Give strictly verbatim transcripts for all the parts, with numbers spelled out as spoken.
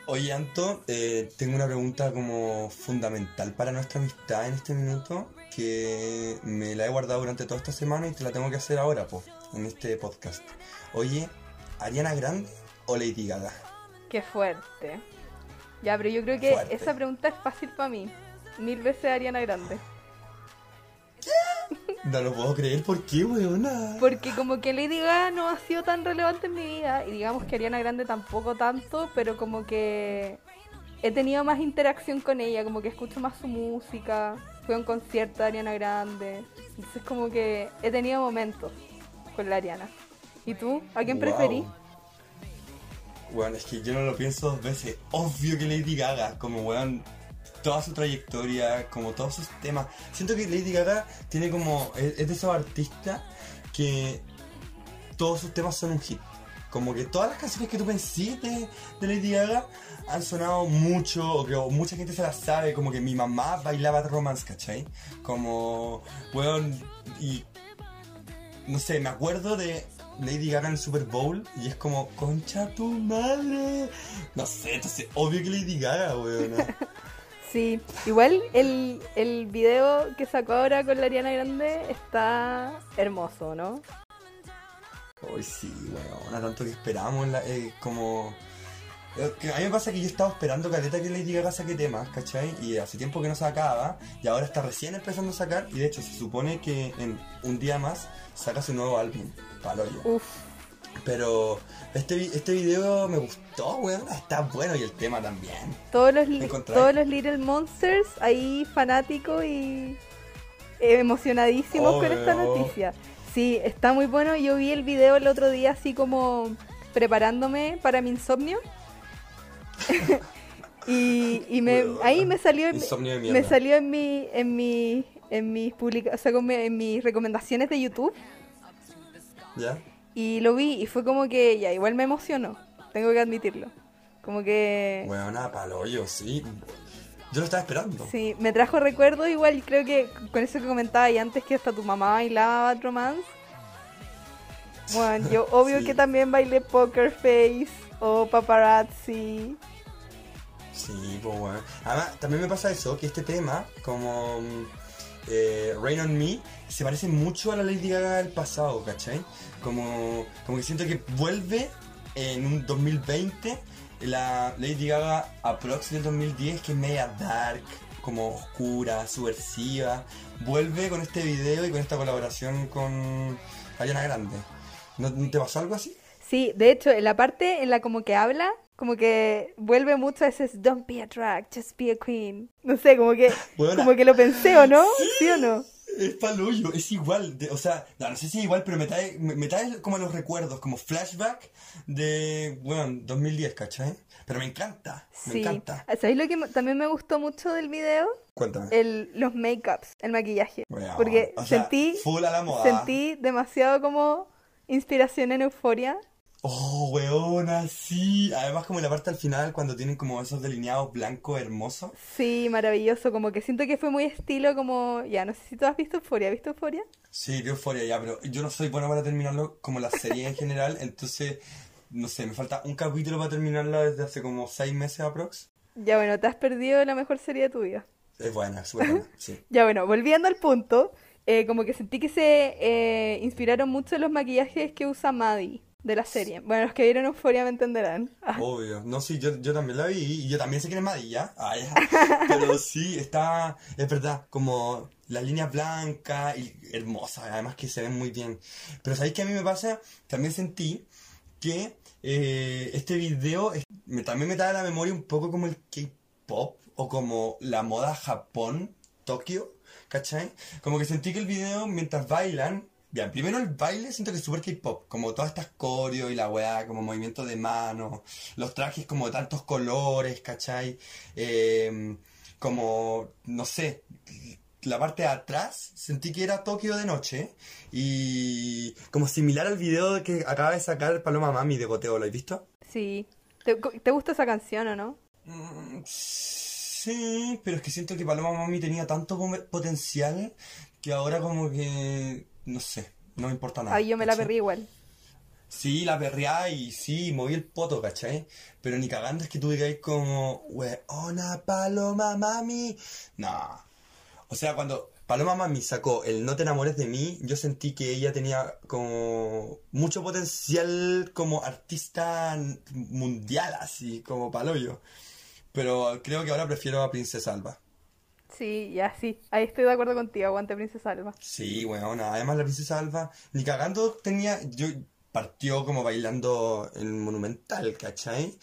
Oye, Anto, eh, tengo una pregunta como fundamental para nuestra amistad en este minuto, que me la he guardado durante toda esta semana y te la tengo que hacer ahora, po, en este podcast. Oye, ¿Ariana Grande o Lady Gaga? Qué fuerte. Ya, pero yo creo que Fuerte. esa pregunta es fácil para mí. Mil veces Ariana Grande. No lo puedo creer, ¿por qué, weona? Porque como que Lady Gaga no ha sido tan relevante en mi vida. Y digamos que Ariana Grande tampoco tanto. Pero como que he tenido más interacción con ella. Como que escucho más su música. Fui a un concierto de Ariana Grande. Entonces como que he tenido momentos con la Ariana. ¿Y tú? ¿A quién Wow. preferís? Bueno, es que yo no lo pienso dos veces. Obvio que Lady Gaga, como weón, toda su trayectoria, como todos sus temas. Siento que Lady Gaga tiene como, es, es de esos artistas que todos sus temas son un hit. Como que todas las canciones que tú pensé de, de Lady Gaga han sonado mucho, o que o mucha gente se las sabe. Como que mi mamá bailaba Romance, ¿cachai? Como, weón, y no sé, me acuerdo de Lady Gaga en el Super Bowl y es como, concha tu madre. No sé, entonces, obvio que Lady Gaga, weón. Sí, igual el, el video que sacó ahora con la Ariana Grande está hermoso, ¿no? Uy, sí, weón, tanto que esperamos, la, eh, como... eh, que a mí me pasa que yo estaba esperando caleta que Lady Gaga saque temas, ¿cachai? Y hace tiempo que no sacaba, y ahora está recién empezando a sacar, y de hecho se supone que en un día más saca su nuevo álbum, Paloyo. Uf, Pero este, vi- este video me gustó, weón, está bueno, y el tema también. todos los, li- ¿Me encontráis? todos los Little Monsters ahí fanáticos y eh, emocionadísimos con esta Obvio. noticia. Sí, está muy bueno. Yo vi el video el otro día así como preparándome para mi insomnio. y y me, Weón. ahí me salió en, Insomnio de me mierda. salió en mi en mi en mis publica, o sea, como en mis recomendaciones de YouTube. ¿Ya? Y lo vi y fue como que ya, igual me emocionó, tengo que admitirlo. Como que Weona, Paloyo, sí. Yo lo estaba esperando. sí, me trajo recuerdos igual, creo que con eso que comentaba y antes que hasta tu mamá bailaba Bad Romance. Bueno, yo obvio Sí. que también bailé Poker Face o Paparazzi. Sí, pues bueno. Además, también me pasa eso, que este tema, como mm, eh, Rain on Me, se parece mucho a la Lady Gaga del pasado, ¿cachai? Como, como que siento que vuelve en un dos mil veinte la Lady Gaga Aprox del dos mil diez, que es media dark, como oscura, subversiva. Vuelve con este video y con esta colaboración con Ariana Grande. ¿No no te pasó algo así? Sí, de hecho, en la parte en la como que habla, como que vuelve mucho a ese Don't be a drag, just be a queen. No sé, como que, Weona, como que lo pensé, ¿o no? ¿Sí o no? es palollo, es igual, de- o sea, no, no sé si es igual, pero me trae, me, me trae como los recuerdos, como flashback de, bueno, dos mil diez, ¿cachai? Pero me encanta, me Sí. encanta. ¿Sabéis lo que m- también me gustó mucho del video? Cuéntame. El, los make-ups, el maquillaje. Weón, Porque o sea, sentí, full a la moda. sentí demasiado como inspiración en Euforia. Oh, weona, sí. Además, como la parte al final, cuando tienen como esos delineados blancos hermosos. Sí, maravilloso, como que siento que fue muy estilo como, ya, no sé si tú has visto Euforia, ¿has visto Euforia? Sí, de euforia ya, pero yo no soy bueno para terminarlo como la serie en general, entonces, no sé, me falta un capítulo para terminarla desde hace como seis meses aprox. Ya bueno, te has perdido la mejor serie de tu vida. Es buena, es súper buena, sí. Ya bueno, volviendo al punto, eh, como que sentí que se eh, inspiraron mucho en los maquillajes que usa Maddie de la serie. Bueno, los que vieron Euforia me entenderán. Ah, Obvio. No, sí, yo, yo también la vi y yo también sé quién es Maddie, ¿ya? Ah, ya. Pero sí, está, es verdad, como las líneas blancas y hermosas, además que se ven muy bien. Pero ¿sabéis qué a mí me pasa? También sentí que eh, este video es- me, también me trae a la memoria un poco como el K-pop o como la moda Japón, Tokio, ¿cachai? Como que sentí que el video, mientras bailan, bien, primero el baile siento que es súper K-pop, como todas estas coreo y la weá, como movimientos de manos, los trajes como de tantos colores, ¿cachai? Eh, como, no sé, la parte de atrás sentí que era Tokio de noche y como similar al video que acaba de sacar Paloma Mami de Goteo, ¿lo has visto? sí. ¿Te, te gusta esa canción o no? Mm, sí, pero es que siento que Paloma Mami tenía tanto pom- potencial que ahora como que, no sé, no me importa nada. Ay, yo me la ¿cachai? perdí igual. Sí, la perreaba y sí, moví el poto, ¿cachai? Pero ni cagando es que tuve que ir como, weona, paloma, mami. No. O sea, cuando Paloma Mami sacó el No te enamores de mí, yo sentí que ella tenía como mucho potencial como artista mundial, así como paloyo. Pero creo que ahora prefiero a Princesa Alba. Sí, ya sí. Ahí estoy de acuerdo contigo, aguante Princesa Alba. Sí, weón, además la Princesa Alba, ni cagando tenía, yo partió como bailando en Monumental, ¿cachai?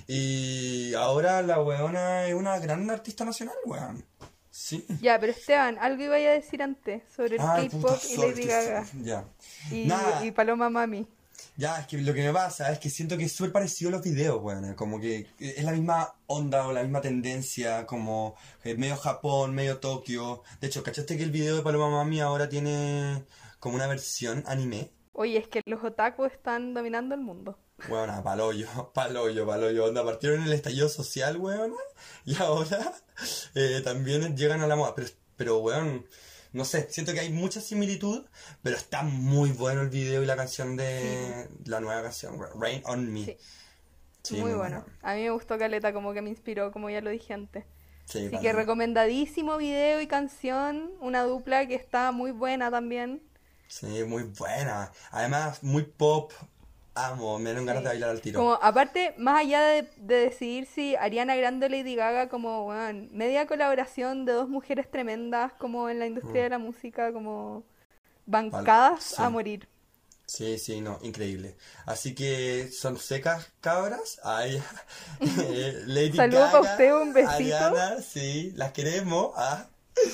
Y ahora la weona es una gran artista nacional, weón. Sí. Ya, pero Esteban, algo iba a decir antes sobre el Ay, puta, K-pop y sorry, Lady que Gaga. sí, ya. Y, Nada, y Paloma Mami. ya, es que lo que me pasa es que siento que es súper parecido a los videos, weón. Como que es la misma onda o la misma tendencia, como eh, medio Japón, medio Tokio. De hecho, ¿cachaste que el video de Paloma Mami ahora tiene como una versión anime? Oye, es que los otaku están dominando el mundo. Weona, paloyo, paloyo, paloyo. Onda, partieron en el estallido social, weona. Y ahora eh, también llegan a la moda. Pero, pero, weón, no sé, siento que hay mucha similitud, pero está muy bueno el video y la canción de... Sí, La nueva canción, Rain on Me. sí, Sí, muy muy bueno. bueno. A mí me gustó Caleta, como que me inspiró, como ya lo dije antes. Sí, Así que paloyo. recomendadísimo video y canción, una dupla que está muy buena también. Sí, muy buena. Además, muy pop. Amo, me dieron ganas de Sí. bailar al tiro. Como, aparte, más allá de, de decidir si Ariana Grande o Lady Gaga, como, bueno, media colaboración de dos mujeres tremendas, como en la industria Mm, de la música, como pal- bancadas a sí. morir. Sí, sí, no, increíble. Así que son secas cabras. Ay, eh, Lady Saludo para Gaga, usted, un besito. Ariana, sí, las queremos. Ah.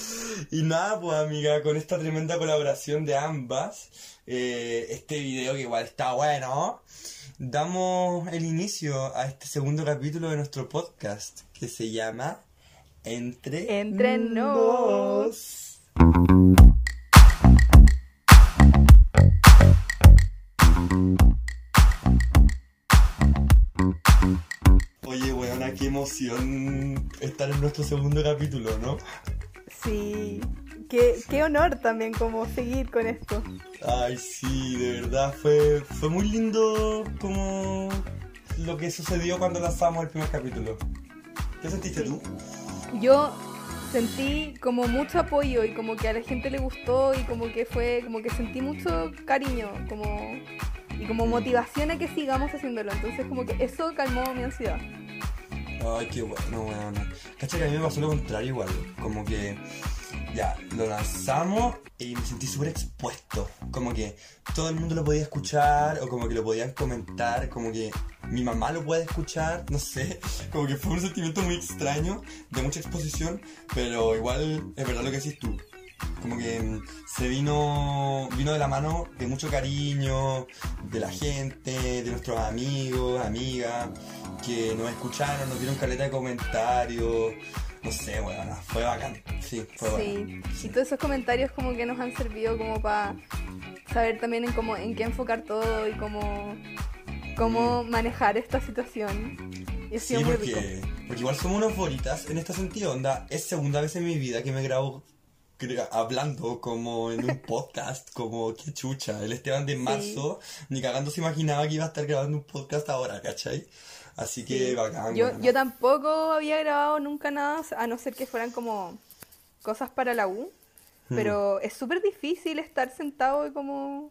Y nada, pues amiga, con esta tremenda colaboración de ambas, eh, este video que igual está bueno, damos el inicio a este segundo capítulo de nuestro podcast que se llama Entre Entre nos. Nos. Oye, weona, qué emoción estar en nuestro segundo capítulo, ¿no? Sí, qué, qué honor también como seguir con esto. Ay, sí, de verdad, fue, fue muy lindo como lo que sucedió cuando lanzamos el primer capítulo. ¿Qué sentiste Sí. tú? Yo sentí como mucho apoyo y como que a la gente le gustó y como que fue, como que sentí mucho cariño, como y como Mm. motivación a que sigamos haciéndolo. Entonces como que eso calmó mi ansiedad. Ay, qué bueno, weona. Cacha que a mí me pasó lo contrario igual. Como que ya, lo lanzamos y me sentí súper expuesto. Como que todo el mundo lo podía escuchar o como que lo podían comentar. Como que mi mamá lo puede escuchar, no sé. Como que fue un sentimiento muy extraño, de mucha exposición. Pero igual es verdad lo que decís tú. Como que mm, se vino, vino de la mano de mucho cariño, de la gente, de nuestros amigos, amigas, que nos escucharon, nos dieron caleta de comentarios. No sé, bueno, fue bacán. Sí, fue bacán. Sí, y Sí. todos esos comentarios como que nos han servido como para saber también en cómo, en qué enfocar todo y cómo, cómo Mm. manejar esta situación. Y ha sido Sí, muy rico. porque, porque igual somos unos boritas en este sentido, onda. Es segunda vez en mi vida que me grabo cre- hablando como en un podcast, como qué chucha. El Esteban de Sí, marzo, ni cagando se imaginaba que iba a estar grabando un podcast ahora, ¿cachai? Así que sí. bacán, Yo, yo weón. tampoco había grabado nunca nada, a no ser que fueran como cosas para la U, Hmm. pero es súper difícil estar sentado y como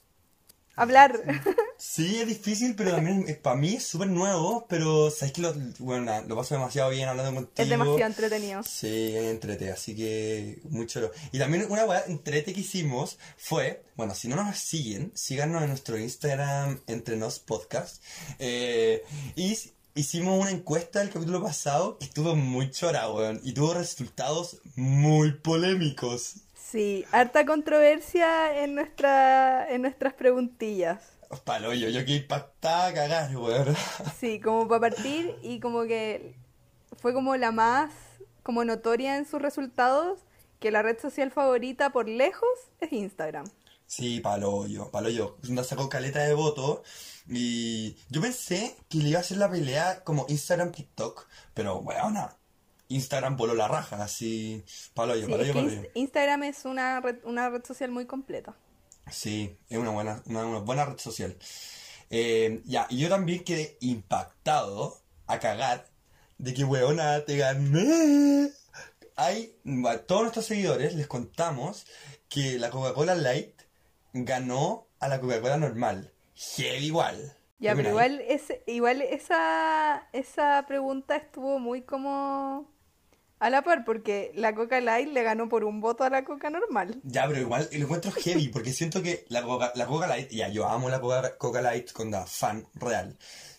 hablar. Sí, es difícil, pero también para mí es súper nuevo, pero sabes que lo, bueno, nada, lo paso demasiado bien hablando Es contigo. demasiado entretenido. Sí, entrete, así que muy chulo. Y también una weá entrete que hicimos fue, bueno, si no nos siguen, síganos en nuestro Instagram, Entre Nos Podcast. Eh, y s- hicimos una encuesta del capítulo pasado que estuvo muy chora, weón, y tuvo resultados muy polémicos. Sí, harta controversia en nuestra, en nuestras preguntillas. Palo, yo, yo quedé impactada a cagar, weón. Sí, como para partir y como que fue como la más como notoria en sus resultados que la red social favorita por lejos es Instagram. Sí, palo yo, palo yo. Onda sacó caleta de votos y yo pensé que le iba a hacer la pelea como Instagram TikTok, pero bueno, Instagram voló la raja, así, palo yo, Sí, palo es yo, que palo yo. Inst- Instagram es una red, una red social muy completa. Sí, es una buena, una, una buena red social. Eh, ya, y yo también quedé impactado a cagar de que, weona, te gané. Hay, a todos nuestros seguidores les contamos que la Coca-Cola Light ganó a la Coca-Cola normal. Heavy igual. Ya, ¿Qué pero opináis? igual, es, igual esa, esa pregunta estuvo muy como a la par, porque la Coca Light le ganó por un voto a la Coca normal. Ya, pero igual lo encuentro heavy, porque siento que la Coca, la Coca Light, ya, yo amo la Coca, Coca Light con la fan real.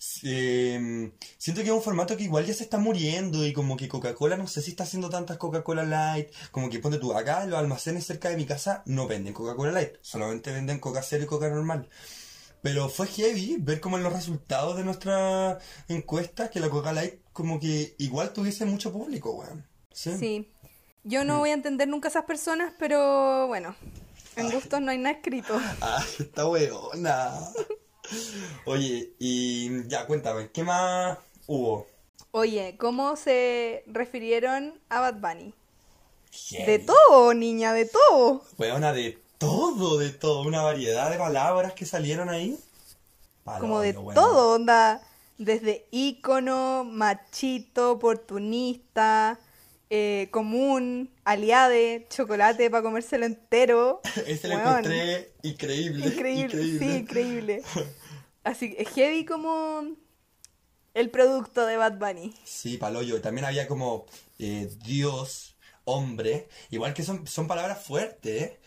Eh, siento que es un formato que igual ya se está muriendo y como que Coca-Cola no sé si está haciendo tantas Coca-Cola Light, como que ponte tú, acá en los almacenes cerca de mi casa no venden Coca-Cola Light, solamente venden Coca Cero y Coca normal. Pero fue heavy ver como en los resultados de nuestra encuesta que la Coca Light como que igual tuviese mucho público, weón. Sí. Sí, yo no Mm. voy a entender nunca a esas personas, pero bueno, en gustos no hay nada escrito. Ay, esta weona. Oye, y ya cuéntame, ¿qué más hubo? Oye, ¿cómo se refirieron a Bad Bunny? De Heavy. todo, niña, de todo. Weona, de todo, de todo, una variedad de palabras que salieron ahí. Como de Paloyo, weona. todo, onda. Desde ícono, machito, oportunista, eh, común, aliade, chocolate para comérselo entero. Ese lo Weón, encontré increíble, increíble, sí, increíble. increíble. Así que es heavy como el producto de Bad Bunny. Sí, paloyo. También había como eh, Dios, hombre. Igual que son, son palabras fuertes, ¿eh?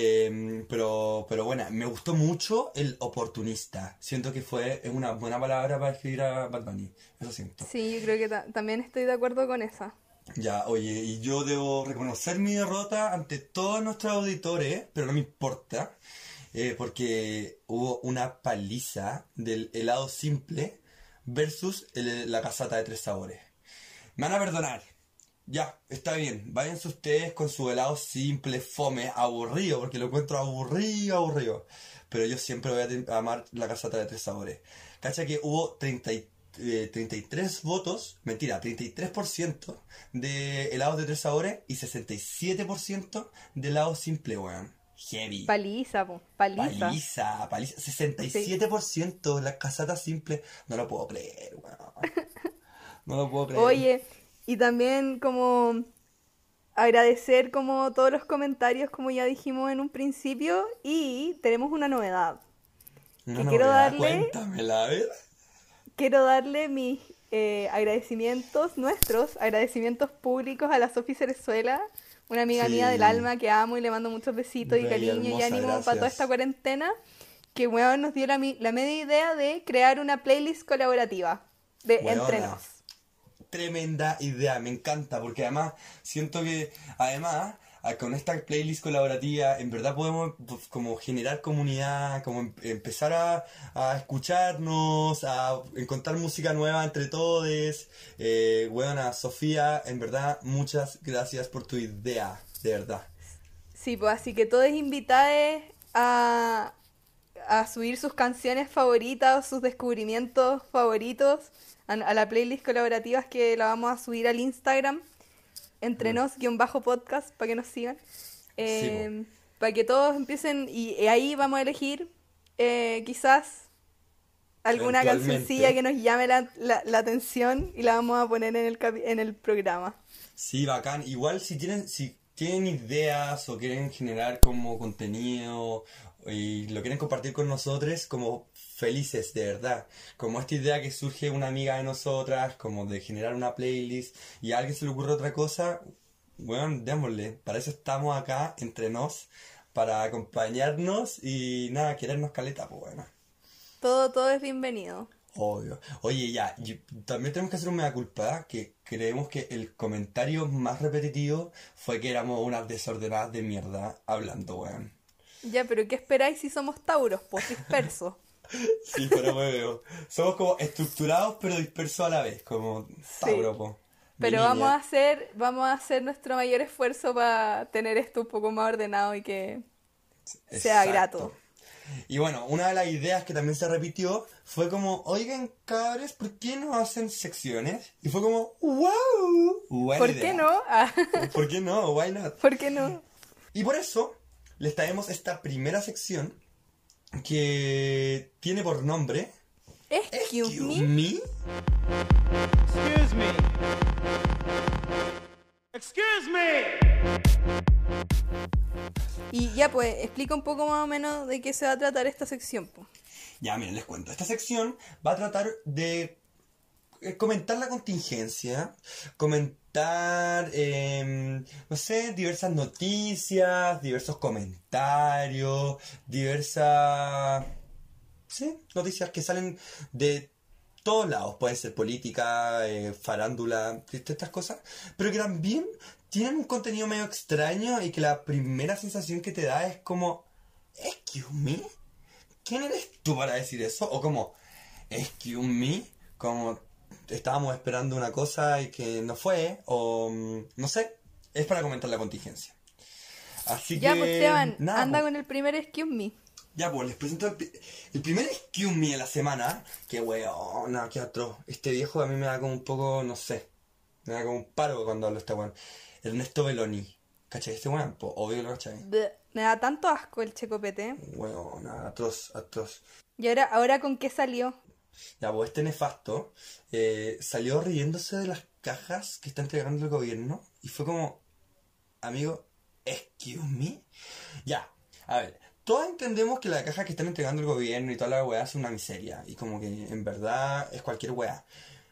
Eh, pero, pero bueno, me gustó mucho el oportunista. Siento que fue una buena palabra para escribir a Bad Bunny. Eso siento. Sí, yo creo que ta- también estoy de acuerdo con esa. Ya, oye, y yo debo reconocer mi derrota ante todos nuestros auditores, pero no me importa, eh, porque hubo una paliza del helado simple versus el- la casata de tres sabores. Me van a perdonar. Ya, está bien. Váyanse ustedes con su helado simple, fome, aburrido, porque lo encuentro aburrido, aburrido. Pero yo siempre voy a te- amar la casata de tres sabores. Cacha que hubo treinta y- eh, treinta y tres votos, mentira, treinta y tres por ciento de helados de tres sabores y sesenta y siete por ciento de helado simple, weón. Heavy. Paliza, po, paliza. Paliza, paliza. sesenta y Sí. siete por ciento de las casatas simples. No lo puedo creer, weón. No lo puedo creer. Oye, y también como agradecer como todos los comentarios, como ya dijimos en un principio, y tenemos una novedad. Una que quiero novedad, darle- cuéntamela, a ver. Quiero darle mis eh, agradecimientos, nuestros agradecimientos públicos a la Sofi Cerezuela, una amiga Sí. mía del alma que amo y le mando muchos besitos y Bella, cariño y hermosa, ánimo para gracias. toda esta cuarentena, que weón nos dio la, mi- la media idea de crear una playlist colaborativa de Weona. Entre Nos. Tremenda idea, me encanta, porque además siento que, además, a- con esta playlist colaborativa, en verdad podemos pues, como generar comunidad, como em- empezar a, a escucharnos, a encontrar música nueva entre todos. Eh, bueno, Sofía, en verdad, muchas gracias por tu idea, de verdad. Sí, pues así que todos invitados a, a subir sus canciones favoritas o sus descubrimientos favoritos a, a la playlist colaborativa que la vamos a subir al Instagram, entrenos-podcast, para que nos sigan. Eh, para que todos empiecen, y, y ahí vamos a elegir eh, quizás alguna Eventualmente. cancioncilla que nos llame la, la, la atención y la vamos a poner en el, capi- en el programa. Sí, bacán. Igual si tienen, si tienen ideas o quieren generar como contenido y lo quieren compartir con nosotros, como felices, de verdad. Como esta idea que surge una amiga de nosotras, como de generar una playlist y a alguien se le ocurre otra cosa, bueno, démosle. Para eso estamos acá entre nos, para acompañarnos y nada, querernos caleta, pues bueno. Todo, todo es bienvenido. Obvio. Oye, ya, y también tenemos que hacer un mea culpa, que creemos que el comentario más repetitivo fue que éramos unas desordenadas de mierda hablando, weón. Ya, pero ¿qué esperáis si somos tauros, pues dispersos? Sí, pero weón. Somos como estructurados pero dispersos a la vez, como Tauro, po. Mi Pero niña. vamos a hacer, vamos a hacer nuestro mayor esfuerzo para tener esto un poco más ordenado y que sea Exacto. grato. Y bueno, una de las ideas que también se repitió fue como, oigan, cabres, ¿por qué no hacen secciones? Y fue como, wow, buena ¿Por idea. qué no? Ah, ¿Por qué no? Why not? ¿por qué no? Y por eso les traemos esta primera sección que tiene por nombre Excuse me. me. Excuse me. Excuse me. Y ya pues, explica un poco más o menos de qué se va a tratar esta sección, pues. Ya, miren, les cuento. Esta sección va a tratar de eh, comentar la contingencia, comentar, eh, no sé, diversas noticias, diversos comentarios, diversas, sí, noticias que salen de todos lados. Pueden ser política, eh, farándula, estas cosas, pero que también tienen un contenido medio extraño y que la primera sensación que te da es como, excuse me. ¿Quién eres tú para decir eso? O como, excuse me, como estábamos esperando una cosa y que no fue, o no sé, es para comentar la contingencia. Así Ya que, pues, Esteban, nada, anda pues. con el primer excuse me. Ya pues, les presento el, pi- el primer excuse me de la semana. Que weón, no, qué atroz. Este viejo a mí me da como un poco, no sé, me da como un paro cuando hablo este weón. Ernesto Belloni. ¿Cachai? Este weón, pues obvio que lo cachai. Bleh, me da tanto asco el checopete. Weón, atroz, atroz. Y ahora, ahora ¿con qué salió? Ya, pues este nefasto eh, salió riéndose de las cajas que está entregando el gobierno y fue como, amigo, excuse me. Ya, a ver, todos entendemos que la caja que están entregando el gobierno y toda la weá es una miseria y como que en verdad es cualquier weá.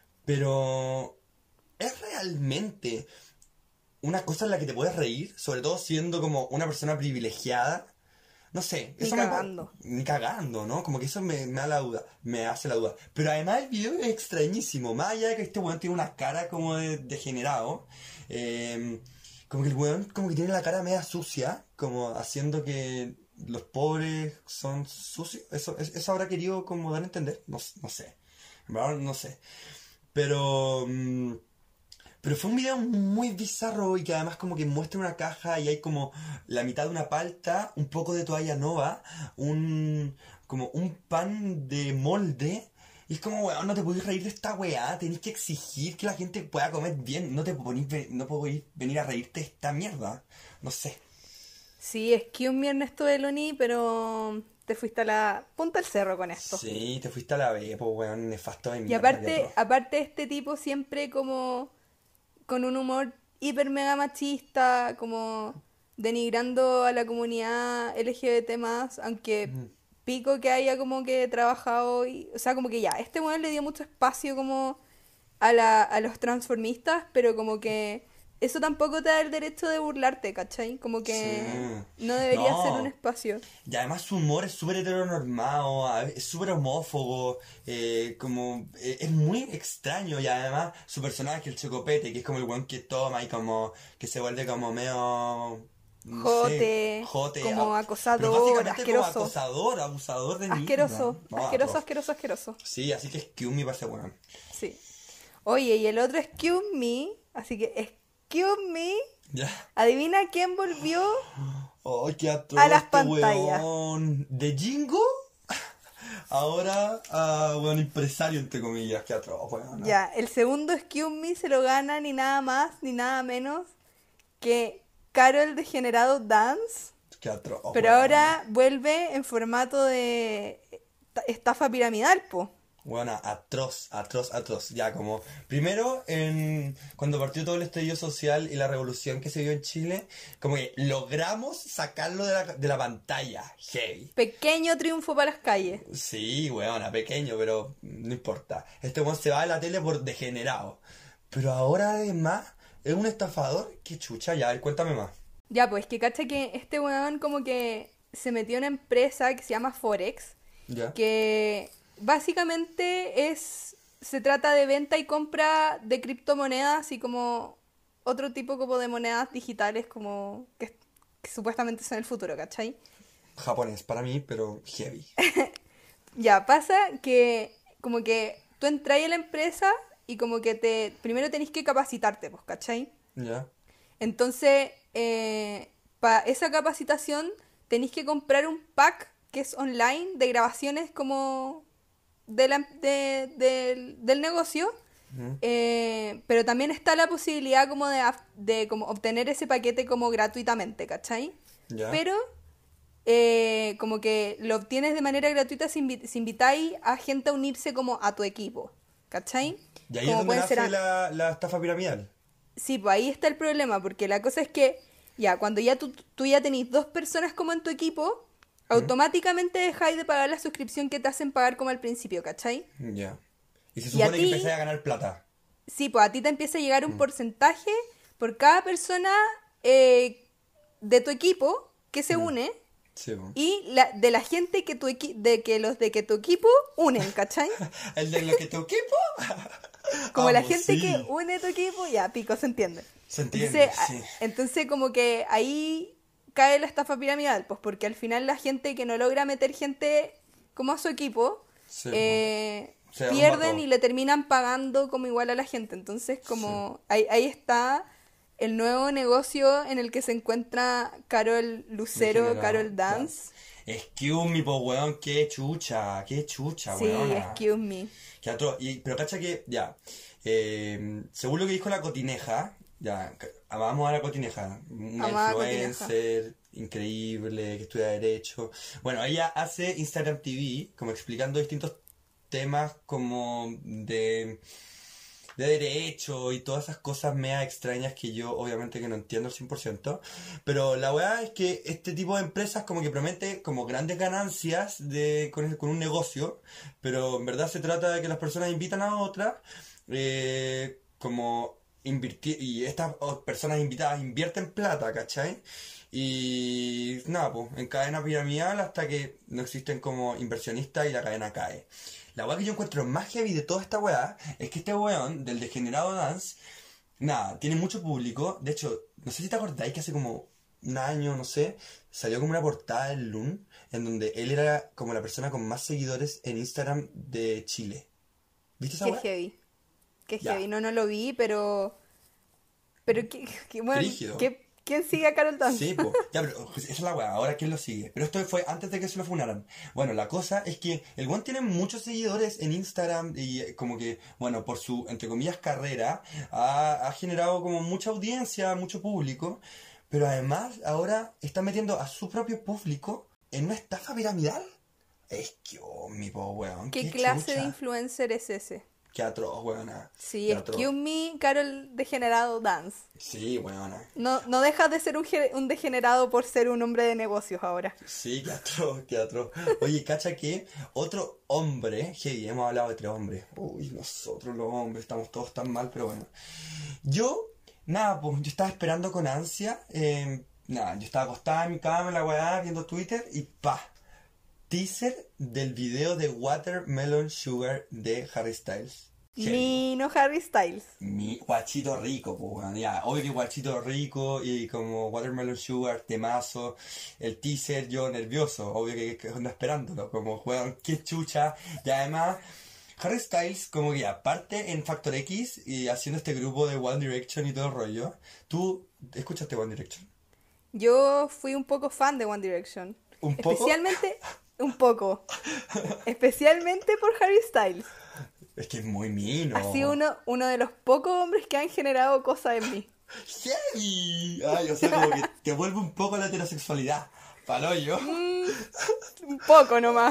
Pero, ¿es realmente una cosa en la que te puedes reír? Sobre todo siendo como una persona privilegiada. No sé, Ni eso me cagando. Ni cagando, ¿no? Como que eso me, me da la duda, me hace la duda. Pero además el video es extrañísimo. Más allá de que este weón tiene una cara como de degenerado. eh, como que el weón como que tiene la cara media sucia. Como haciendo que los pobres son sucios. Eso, es- eso habrá querido como dar a entender. No, no sé. En verdad no sé. Pero... mm, pero fue un video muy bizarro y que además como que muestra una caja y hay como la mitad de una palta, un poco de toalla nova, un como un pan de molde. Y es como, weón, no te podés reír de esta weá, tenés que exigir que la gente pueda comer bien, no te ponís, ve- no podés venir a reírte de esta mierda. No sé. Sí, excuse me Ernesto Belloni, pero te fuiste a la punta del cerro con esto. Sí, te fuiste a la B, pues weón, nefasto de Y mierda. aparte, qué atroz. aparte este tipo siempre como con un humor hiper mega machista, como denigrando a la comunidad L G B T más, aunque pico que haya como que trabajado y, o sea, como que ya, este weón le dio mucho espacio como a la, a los transformistas, pero como que eso tampoco te da el derecho de burlarte, ¿cachai? Como que Sí. no debería No. ser un espacio. Y además su humor es súper heteronormado, a- es súper homófobo, eh, como eh, es muy extraño y además su personaje, el Chocopete, que es como el weón que toma y como que se vuelve como medio... no Jote, sé, jote, como a- acosador, pero básicamente asqueroso. como acosador, abusador de niños. Asqueroso, No, asqueroso, atroz. asqueroso, asqueroso. Sí, así que excuse me para ese weón. Sí. Oye, y el otro excuse me, así que excuse me, Ya. adivina quién volvió. ¡Ay, qué atroz A las este pantallas. weón! De Jingo, ahora a weón empresario, entre comillas. Qué atroz, weón. Ya, el segundo excuse me se lo gana ni nada más ni nada menos que Carol Degenerado Dance, Qué atroz, pero weón. ahora vuelve en formato de esta- estafa piramidal, po. Bueno, atroz, atroz, atroz. Ya, como primero, en, cuando partió todo el estallido social y la revolución que se dio en Chile, como que logramos sacarlo de la, de la pantalla. Heavy. Pequeño triunfo para las calles. Sí, weona, pequeño, pero no importa. Este weón se va de la tele por degenerado. Pero ahora además es un estafador. Qué chucha, ya, a ver, cuéntame más. Ya, pues que cacha que este weón como que se metió en una empresa que se llama Forex, Ya. que básicamente es se trata de venta y compra de criptomonedas y como otro tipo como de monedas digitales como que, que supuestamente son el futuro, ¿cachai? Japonés para mí, pero heavy. Ya, pasa que como que tú entras a la empresa y como que te primero tenés que capacitarte, pues, ¿cachai? Ya. Entonces, eh, para esa capacitación tenéis que comprar un pack que es online de grabaciones como de la- de- del, del negocio, Ujú. eh, pero también está la posibilidad como de, af- de como obtener ese paquete como gratuitamente, ¿cachai? Ya. Pero eh, como que lo obtienes de manera gratuita si, invi- si invitáis a gente a unirse como a tu equipo, ¿cachai? Y ahí Como es donde pueden nace ser a- la, la estafa piramidal. Sí, pues ahí está el problema, porque la cosa es que ya, cuando ya tú, tú ya tenés dos personas como en tu equipo, automáticamente dejáis de pagar la suscripción que te hacen pagar como al principio, ¿cachai? Ya. Y se Y a supone que ti- empezáis a ganar plata. Sí, pues a ti te empieza a llegar un porcentaje por cada persona eh, de tu equipo que se une Sí, po. y la, de la gente que tu equi- de que los de que tu equipo unen, ¿cachai? El de lo que tu equipo. Como la Vamos, gente sí. que une tu equipo, ya, pico, se entiende. Se entiende, Entonces, sí. a- entonces como que ahí cae la estafa piramidal, pues porque al final la gente que no logra meter gente como a su equipo, Sí, eh, Se derrumba pierden todo. y le terminan pagando como igual a la gente. Entonces como ahí, ahí está el nuevo negocio en el que se encuentra Carol Lucero, Degenerado, Carol Dance. Excuse me, po, weón, qué chucha, qué chucha, Sí, weón. excuse me. Qué atro- y, pero cacha que, ya, eh, según lo que dijo la Cotineja, ya, ca- amamos a la Cotineja, una Amada influencer increíble, que estudia Derecho. Bueno, ella hace Instagram T V, como explicando distintos temas como de, de derecho y todas esas cosas mea extrañas que yo obviamente que no entiendo al cien por ciento. Pero la weá es que este tipo de empresas como que promete como grandes ganancias de, con, con un negocio, pero en verdad se trata de que las personas invitan a otras, eh, como invirti y estas o- personas invitadas invierten plata, ¿cachai? Y nada, pues, en cadena piramidal hasta que no existen como inversionistas y la cadena cae. La weá que yo encuentro más heavy de toda esta weá es que este weón del degenerado Dance, nada, tiene mucho público. De hecho, no sé si te acordáis que hace como un año, no sé, salió como una portada del Loon en donde él era como la persona con más seguidores en Instagram de Chile. ¿Viste esa Qué weá? heavy. Qué Ya. heavy. No, no lo vi, pero... Pero qué, qué- bueno, Brígido. ¿qué- ¿quién sigue a Carol Dance? Sí, pues, ya, pero pues, esa es la weá, ahora quién lo sigue. Pero esto fue antes de que se lo funaran. Bueno, la cosa es que el weón tiene muchos seguidores en Instagram y eh, como que, bueno, por su, entre comillas, carrera, ha, ha generado como mucha audiencia, mucho público, pero además ahora está metiendo a su propio público en una estafa piramidal. Es que, oh, mi po, weón. ¿Qué qué clase de chucha. influencer es ese? Qué atroz, weona. Sí, Qué atroz. excuse me, Carol Degenerado Dance. Sí, weona. No, no dejas de ser un, ge- un degenerado por ser un hombre de negocios ahora. Sí, qué atroz, qué atroz. Oye, cacha que otro hombre, hey, hemos hablado de tres hombres. Uy, nosotros los hombres estamos todos tan mal, pero bueno. Yo, nada, pues yo estaba esperando con ansia. eh, nada, yo estaba acostada en mi cama, en la weá, viendo Twitter y pa. Teaser del video de Watermelon Sugar de Harry Styles. Heavy. Mino Harry Styles. Mi guachito rico, pues, weón. Ya, obvio que guachito rico y como Watermelon Sugar, temazo. El teaser, yo nervioso, obvio que, que ando esperándolo. Como, weón, qué chucha. Y además, Harry Styles, como que aparte en Factor X y haciendo este grupo de One Direction y todo el rollo. ¿Tú escuchaste One Direction? Yo fui un poco fan de One Direction. ¿Un poco? Especialmente, un poco. Especialmente por Harry Styles. Es que es muy mino. Ha sido uno, uno de los pocos hombres que han generado cosas en mí. ¡Yay! Ay, o sea, como que te vuelve un poco la heterosexualidad. Palo yo. Un poco nomás.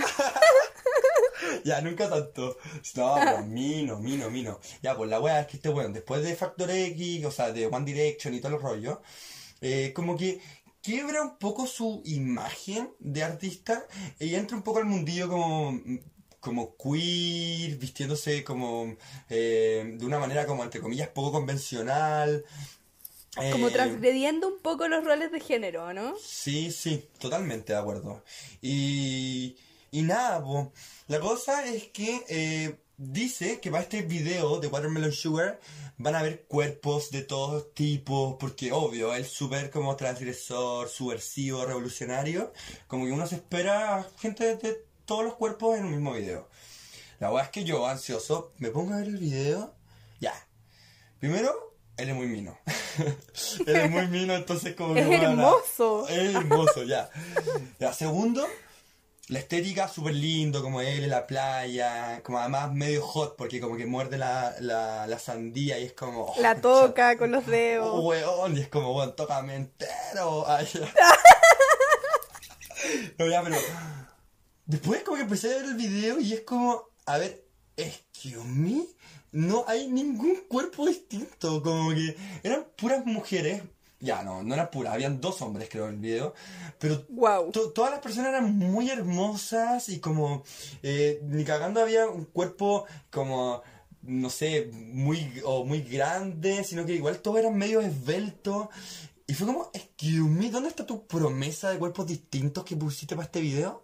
Ya, nunca tanto. No, pero mino, mino, mino. Ya, pues la wea es que este weón, después de Factor X, o sea, de One Direction y todo el rollo, eh, como que quiebra un poco su imagen de artista y entra un poco al mundillo como, como queer, vistiéndose como eh, de una manera como, entre comillas, poco convencional. Como Eh, transgrediendo un poco los roles de género, ¿no? Sí, sí, totalmente de acuerdo. Y, y nada, po. La cosa es que eh, dice que para este video de Watermelon Sugar van a haber cuerpos de todos tipos, porque obvio, él súper como transgresor, subversivo, revolucionario, como que uno se espera gente de todos los cuerpos en un mismo video. La verdad es que yo, ansioso, me pongo a ver el video, ya. Primero, él es muy mino. Él es muy mino, entonces como que... Es bueno, hermoso. es hermoso, ya. Ya, segundo, la estética súper lindo, como él en la playa, como además medio hot, porque como que muerde la, la, la sandía y es como... oh, La toca con los Oh, dedos. weón, y es como, weón, tócame entero. Ay, No, ya, pero... Después como que empecé a ver el video y es como... A ver, excuse me... No hay ningún cuerpo distinto. Como que eran puras mujeres. Ya, no, no eran puras. Habían dos hombres, creo, en el video. Pero Wow. to- todas las personas eran muy hermosas y como... eh, ni cagando había un cuerpo como... No sé, muy o muy grande, sino que igual todos eran medio esbeltos. Y fue como, excuse me, ¿dónde está tu promesa de cuerpos distintos que pusiste para este video?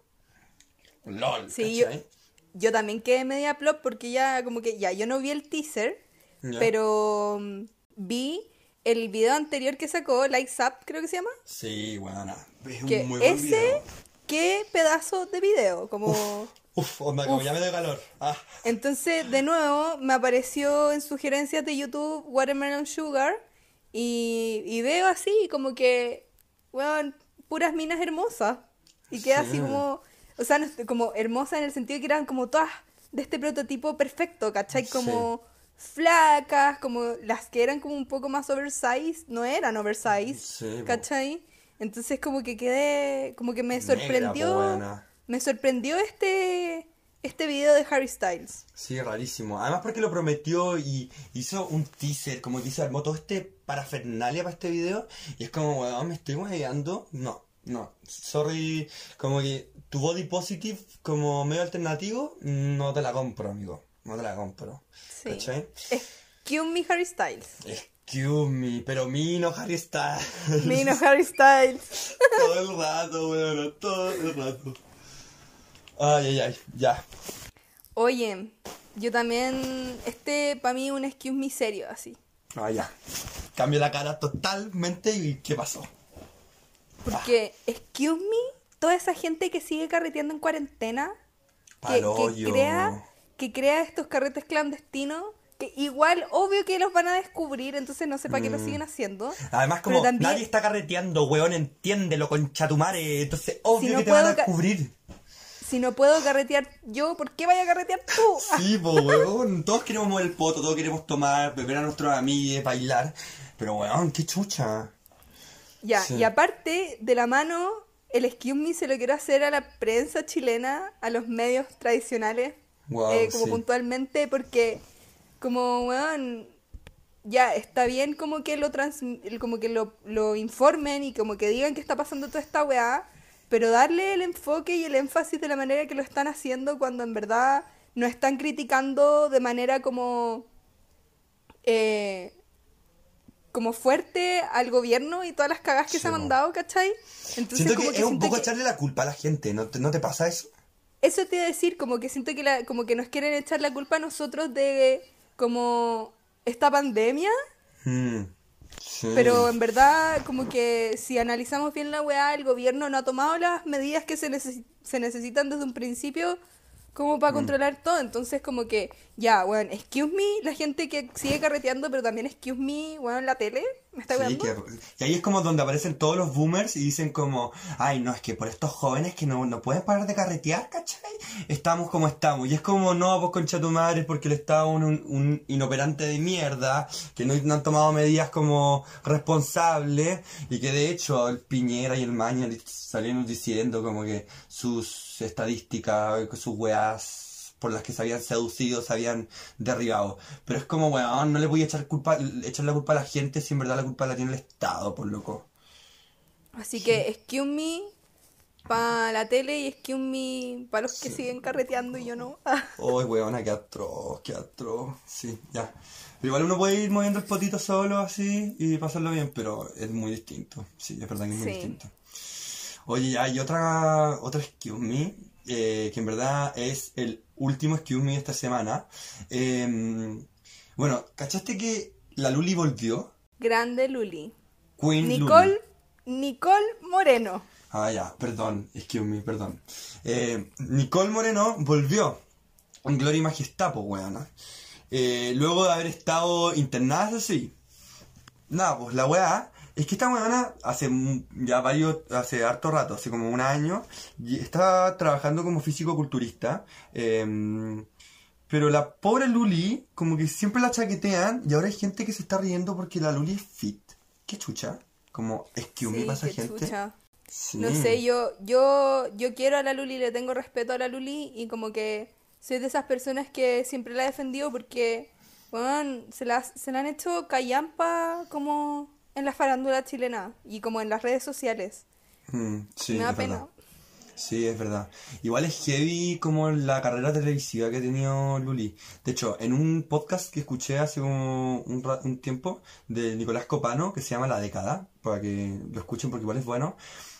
LOL, Sí, yo, ¿cachai? yo también quedé media plop porque ya como que ya yo no vi el teaser, Ya. pero mm, vi el video anterior que sacó, Lights Up creo que se llama, Sí, bueno, es un que muy buen ese, video. qué pedazo de video, como... Uf, onda, como Uf. ya me dio calor. Ah, Entonces, de nuevo, me apareció en sugerencias de YouTube Watermelon Sugar y, y veo así como que, weón, puras minas hermosas. Y queda Sí. así como, o sea, no es- como hermosas en el sentido de que eran como todas de este prototipo perfecto, ¿cachai? Como flacas, como las que eran como un poco más oversize, no eran oversize, Sí, po. ¿cachai? Entonces como que quedé, como que me Negra, sorprendió, po, weona. me sorprendió este, este video de Harry Styles. Sí, rarísimo. Además porque lo prometió y hizo un teaser, como que se armó todo este parafernalia para este video. Y es como, weón, me estoy hueveando. No, no. Sorry, como que tu body positive como medio alternativo, no te la compro, amigo. No te la compro. Sí. ¿Cachai? Excuse me, Harry Styles. Excuse me, pero mi no Harry Styles. Mino Harry Styles. Todo el rato, weón, todo el rato. Ay, ay, ay, ya. Oye, yo también, este para mí un excuse me serio, así. Ah, ya. Cambio la cara totalmente y ¿qué pasó? Porque, excuse me, toda esa gente que sigue carreteando en cuarentena, que, Pa'l que hoyo. crea, que crea estos carretes clandestinos, que igual, obvio que los van a descubrir, entonces no sé para qué lo siguen haciendo. Además, como Pero también- nadie está carreteando, weón, entiéndelo, conchatumare. Entonces, obvio Si no que te puedo van a ca- descubrir. Si no puedo carretear yo, ¿por qué vaya a carretear tú? Sí, po, weón. Todos queremos mover el poto, todos queremos tomar, beber a nuestros amigos, bailar. Pero, weón, qué chucha. Ya, Sí. y aparte de la mano, el excuse me se lo quiero hacer a la prensa chilena, a los medios tradicionales, Wow, eh, como sí. puntualmente, porque como, weón, ya está bien como que lo trans, como que lo, lo informen y como que digan que está pasando toda esta weá, pero darle el enfoque y el énfasis de la manera que lo están haciendo cuando en verdad no están criticando de manera como... Eh, como fuerte al gobierno y todas las cagas que Sí, se han po. mandado, ¿cachai? Entonces Siento como que que es un siento poco que- echarle la culpa a la gente, ¿no te, no te pasa eso? Eso te iba a decir, como que siento que la, como que nos quieren echar la culpa a nosotros de como esta pandemia, Mm, sí. pero en verdad como que si analizamos bien la weá, el gobierno no ha tomado las medidas que se, necesi- se necesitan desde un principio como para controlar todo, entonces como que ya, bueno, excuse me, la gente que sigue carreteando, pero también excuse me, bueno, la tele, ¿me está Sí, weando? que- y ahí es como donde aparecen todos los boomers y dicen como, ay, no, es que por estos jóvenes que no, no pueden parar de carretear, ¿cachai? Estamos como estamos. Y es como, no, vos concha tu madre, es porque el Estado es un, un, un inoperante de mierda, que no, no han tomado medidas como responsables, y que de hecho el Piñera y el Maña salieron diciendo como que sus estadísticas, sus weas por las que se habían seducido, se habían derribado. Pero es como, weón, no le voy a echar culpa, echar la culpa a la gente si en verdad la culpa la tiene el Estado, por loco. Así que excuse me para la tele y excuse me para los que siguen carreteando y yo no. Uy, weona, qué atroz, qué atroz. Sí, ya. Pero igual uno puede ir moviendo el potito solo así y pasarlo bien, pero es muy distinto. Sí, es verdad que es muy Sí. distinto. Oye, ya hay otra, otra excuse me, eh, que en verdad es el último excuse me de esta semana. Eh, bueno, ¿cachaste que la Luli volvió? Grande Luli. Queen Nicole, Luli. Nicole Moreno. Ah, ya, perdón, excuse me, perdón. Eh, Nicole Moreno volvió en Gloria y Majestad, pues, weona. Eh, luego de haber estado internada, eso sí. Nada, pues la weá es que esta weona hace m- ya varios, hace harto rato, hace como un año, y está trabajando como físico-culturista. eh, pero la pobre Luli, como que siempre la chaquetean, y ahora hay gente que se está riendo porque la Luli es fit. ¿Qué chucha? Como, excuse me, Sí, pasa qué gente. chucha. Sí. No sé, yo, yo, yo quiero a la Luli, le tengo respeto a la Luli y como que soy de esas personas que siempre la he defendido porque, bueno, se la, se la han hecho callampa como en la farándula chilena y como en las redes sociales. Mm, sí, Me da es pena. verdad. Sí, es verdad. Igual es heavy como la carrera televisiva que ha tenido Luli. De hecho, en un podcast que escuché hace como un, ra- un tiempo de Nicolás Copano, que se llama La Década, para que lo escuchen porque igual es bueno,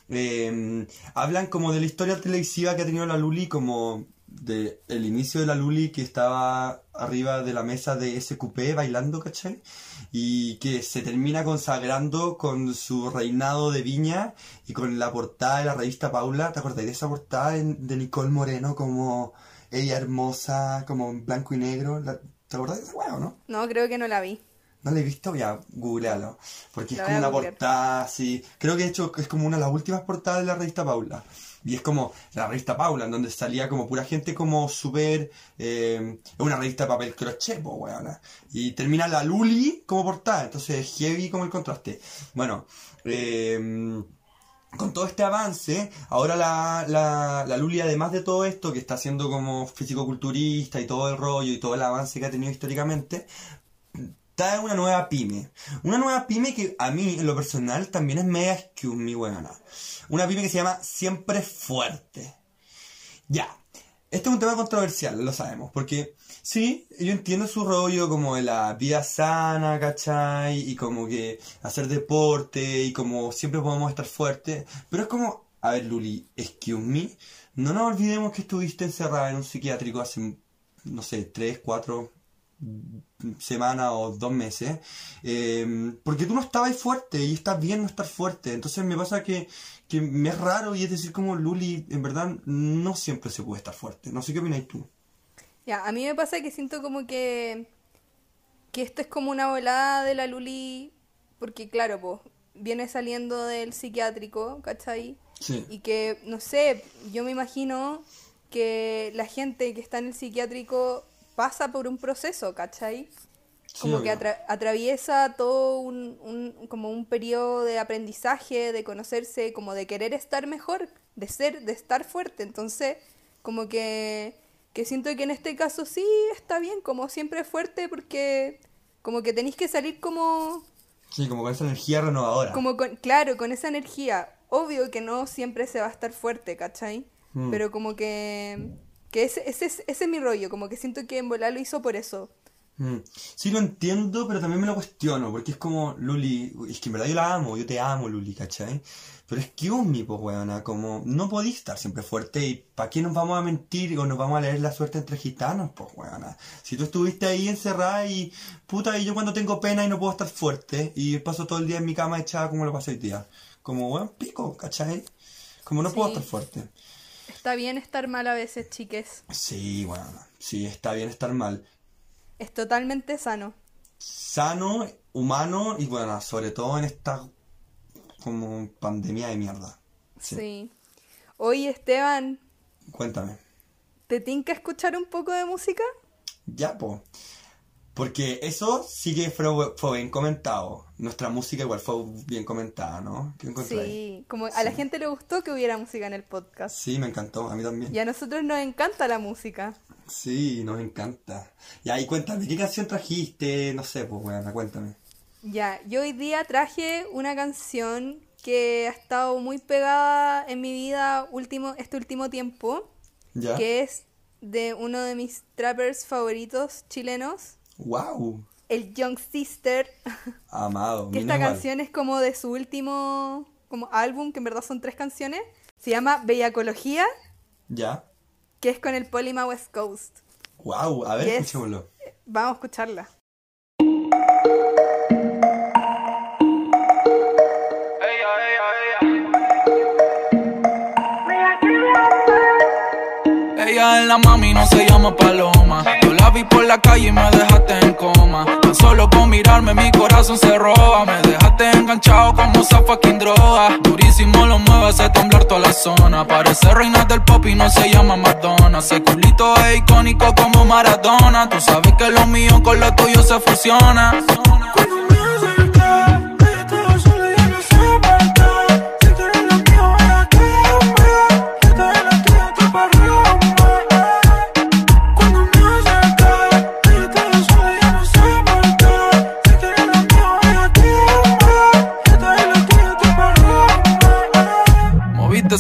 eh, hablan como de la historia televisiva que ha tenido la Luli, como de el inicio de la Luli que estaba arriba de la mesa de ese cupé bailando, ¿cachai? Y que se termina consagrando con su reinado de Viña y con la portada de la revista Paula. ¿Te acordáis de esa portada de, de Nicole Moreno como ella hermosa, como en blanco y negro? La- ¿Te acordás de esa weá o no? No, creo que no la vi. ¿No la he visto? Ya, googlealo. Porque es La como voy a una googlear. portada así. Creo que de hecho es como una de las últimas portadas de la revista Paula. Y es como la revista Paula, en donde salía como pura gente como súper... Eh, es una revista de papel crochet, po, weona. Y termina la Luli como portada. Entonces es heavy como el contraste. Bueno, eh, con todo este avance, ahora la, la, la Luli, además de todo esto, que está haciendo como fisicoculturista y todo el rollo y todo el avance que ha tenido históricamente, está una nueva pyme. Una nueva pyme que a mí, en lo personal, también es mega excuse me, weona. Una pyme que se llama Siempre Fuerte. Ya. Este es un tema controversial, lo sabemos. Porque, sí, yo entiendo su rollo como de la vida sana, ¿cachai? Y como que hacer deporte y como siempre podemos estar fuertes. Pero es como, a ver, Luli, excuse me. No nos olvidemos que estuviste encerrada en un psiquiátrico hace, no sé, tres, cuatro semanas o dos meses, eh, porque tú no estabas fuerte y estás bien no estar fuerte. Entonces me pasa que, que me es raro y es decir como Luli, en verdad no siempre se puede estar fuerte. No sé qué opinas tú. Ya, a mí me pasa que siento como que, que esto es como una volada de la Luli, porque claro, pues, viene saliendo del psiquiátrico, ¿cachai? Sí. Y que, no sé, yo me imagino que la gente que está en el psiquiátrico pasa por un proceso, ¿cachai? Como Sí, que obvio. atra- atraviesa todo un, un, como un periodo de aprendizaje, de conocerse, como de querer estar mejor, de ser, de estar fuerte. Entonces, como que, que siento que en este caso sí está bien, como siempre fuerte, porque como que tenéis que salir como, Sí, como con esa energía renovadora. como con, claro, con esa energía. Obvio que no siempre se va a estar fuerte, ¿cachai? Mm. Pero como que, que ese, ese, es- ese es mi rollo, como que siento que en volar lo hizo por eso. Mm. Sí, lo entiendo, pero también me lo cuestiono, porque es como, Luli, es que en verdad yo la amo, yo te amo, Luli, ¿cachai? Pero es que un mi, pues, weona, como, no podís estar siempre fuerte, y ¿para qué nos vamos a mentir o nos vamos a leer la suerte entre gitanos, pues, weona? Si tú estuviste ahí encerrada y, puta, y yo cuando tengo pena y no puedo estar fuerte, y paso todo el día en mi cama echada como lo pasé hoy día, como, weón, pico, ¿cachai? Como no puedo Sí. estar fuerte. Está bien estar mal a veces, chiques. Sí, weona, sí, está bien estar mal. Es totalmente sano. Sano, humano y bueno, sobre todo en esta como pandemia de mierda. Sí. Sí. Oye, Esteban, Cuéntame. ¿te tinca escuchar un poco de música? Ya, po. Porque eso sí que fue, fue bien comentado. Nuestra música igual fue bien comentada, ¿no? ¿Qué encontráis? Sí, como a la Sí. gente le gustó que hubiera música en el podcast. Sí, me encantó, a mí también. Y a nosotros nos encanta la música. Sí, nos encanta. Ya, y cuéntame, ¿qué canción trajiste? No sé, pues, bueno, cuéntame. Ya, yo hoy día traje una canción que ha estado muy pegada en mi vida último, este último tiempo, ¿Ya? que es de uno de mis trappers favoritos chilenos, ¡Wow! el Young Sister, Amado. que menos esta mal. canción es como de su último como álbum, que en verdad son tres canciones, se llama Bellacología, ¿Ya? que es con el Polima West Coast. ¡Wow! A ver, Y es- escuchémoslo. Vamos a escucharla. Ella es la mami, no se llama Paloma. Yo la vi por la calle y me dejaste en coma. Tan solo con mirarme mi corazón se roba. Me dejaste enganchado como esa fucking droga. Durísimo lo mueve, hace temblar toda la zona. Parece reina del pop y no se llama Madonna. Ese culito es icónico como Maradona. Tú sabes que lo mío con lo tuyo se fusiona. Cuando me acerqué, ella estaba sola y ya no sé por qué. Si tú eres lo mío,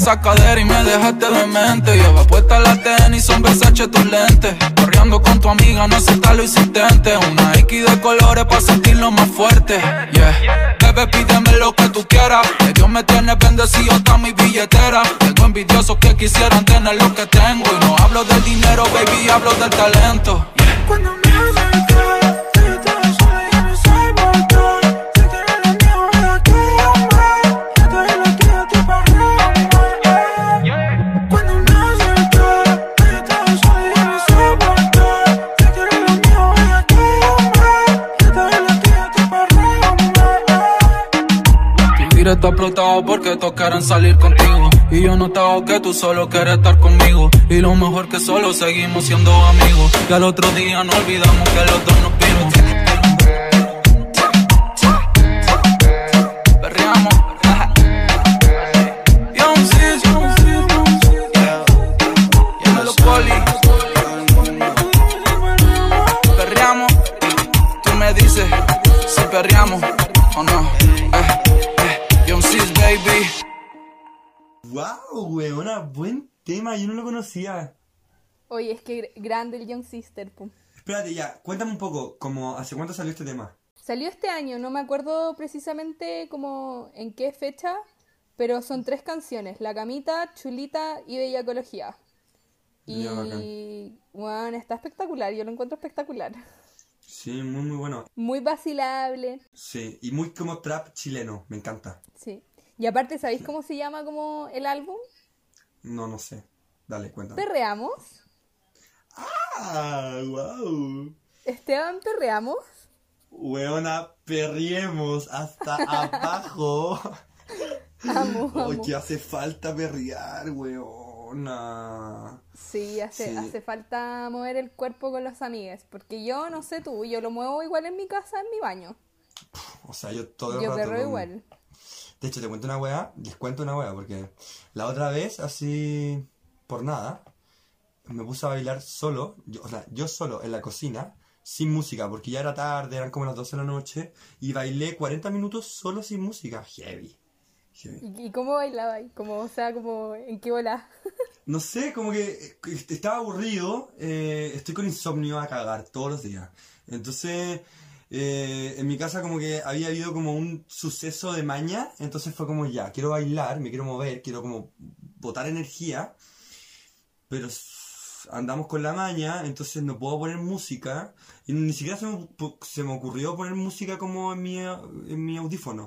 esa cadera y me dejaste demente. Lleva puesta la tenis, son Versace tus lentes. Corriendo con tu amiga, no sé tal lo insistente. Una X de colores pa' sentirlo más fuerte. Yeah, bebé, pídeme lo que tú quieras. Que Dios me tiene bendecido hasta mi billetera. Tengo envidiosos que quisieran tener lo que tengo. Y no hablo del dinero, baby, hablo del talento. Yeah. Cuando me acercas, yo estaba sola y no sé por qué. Sé que eres la mía, ahora que llama. Yo te doy lo tuyo, tú para Cuando me acercas, yo estaba sola y no sé por qué. Sé que eres la mía, ahora que llama. Yo te doy lo tuyo, tú para Tu vida está explotado porque todos quieren salir contigo. Y yo notaba que tú solo quieres estar conmigo. Y lo mejor que solo seguimos siendo amigos. Y al otro día no olvidamos que los dos nos vimos. Perreamos. Young Sis, Young Sis, yeah. Yeah, los poli. Perreamos. Tú me dices si perreamos o no. Eh, eh. Young Sis, baby. Wow, weona, buen tema, yo no lo conocía. Oye, es que grande el Young Sister, pum. Espérate, ya, cuéntame un poco, como, ¿hace cuánto salió este tema? Salió este año, no me acuerdo precisamente como en qué fecha, pero son tres canciones, La Camita, Chulita y Bella Ecología. Ya, bacán. Y bueno, está espectacular, yo lo encuentro espectacular. Sí, muy muy bueno. Muy vacilable, Sí, y muy como trap chileno, me encanta. sí. Y aparte, ¿sabéis cómo se llama como el álbum? No, no sé. Dale, cuéntame. Perreamos. ¡Ah! ¡Wow! Esteban, perreamos. Weona, perriemos hasta abajo. Amo, amo. Oye, que hace falta perrear, weona. Sí, hace, Sí. hace falta mover el cuerpo con los amigues. Porque yo, no sé tú, yo lo muevo igual en mi casa, en mi baño. O sea, yo todo el Yo rato perro con- igual. De hecho, te cuento una weá, les cuento una weá, porque la otra vez, así, por nada, me puse a bailar solo, yo, o sea, yo solo en la cocina, sin música, porque ya era tarde, eran como las doce de la noche, y bailé cuarenta minutos solo sin música. Heavy. Heavy. ¿Y, y cómo bailaba ahí? Como, o sea, como, ¿en qué bola? No sé, como que eh, estaba aburrido, eh, estoy con insomnio a cagar todos los días. Entonces, eh, en mi casa como que había habido como un suceso de maña, entonces fue como ya, quiero bailar, me quiero mover, quiero como botar energía, pero s- andamos con la maña, entonces no puedo poner música, y ni siquiera se me, pu- se me ocurrió poner música como en mi, en mi audífono.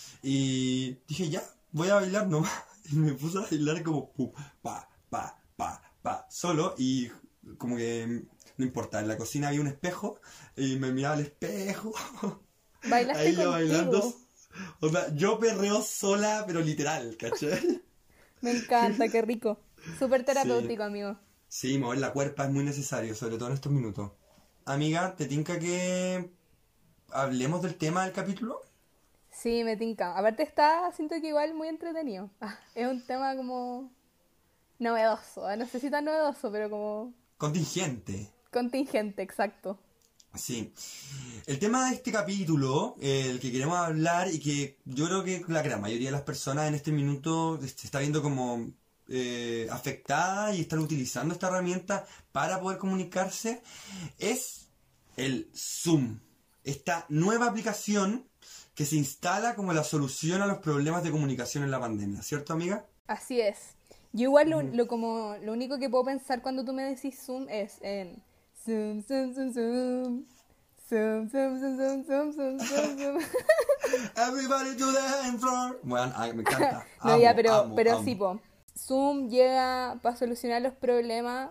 Y dije, ya, voy a bailar nomás. Y me puse a bailar como pum, pa, pa, pa, pa, solo. Y como que no importa, en la cocina había un espejo y me miraba al espejo. Bailaste Ahí yo contigo. bailando. O sea, yo perreo sola, pero literal, ¿cachai? Me encanta, qué rico. Súper terapéutico, amigo. Sí, mover la cuerpa es muy necesario, sobre todo en estos minutos. Amiga, ¿te tinca que hablemos del tema del capítulo? Sí, me tinca. Aparte está, siento que igual muy entretenido. Ah, es un tema como novedoso. ah, No sé si tan novedoso, pero como Contingente. contingente, exacto. Sí. El tema de este capítulo, eh, el que queremos hablar y que yo creo que la gran mayoría de las personas en este minuto se está viendo como eh, afectada y están utilizando esta herramienta para poder comunicarse, es el Zoom. Esta nueva aplicación que se instala como la solución a los problemas de comunicación en la pandemia, ¿cierto, amiga? Así es. Yo igual lo, lo como lo único que puedo pensar cuando tú me decís Zoom es en Zoom, Zoom, Zoom, Zoom. Zoom, Zoom, Zoom, Zoom, Zoom, Zoom, Zoom, Zoom. Everybody to the dance floor. Bueno, ay, me encanta. No, Amo, ya, pero, amo, pero amo. sí, po. Zoom llega para solucionar los problemas.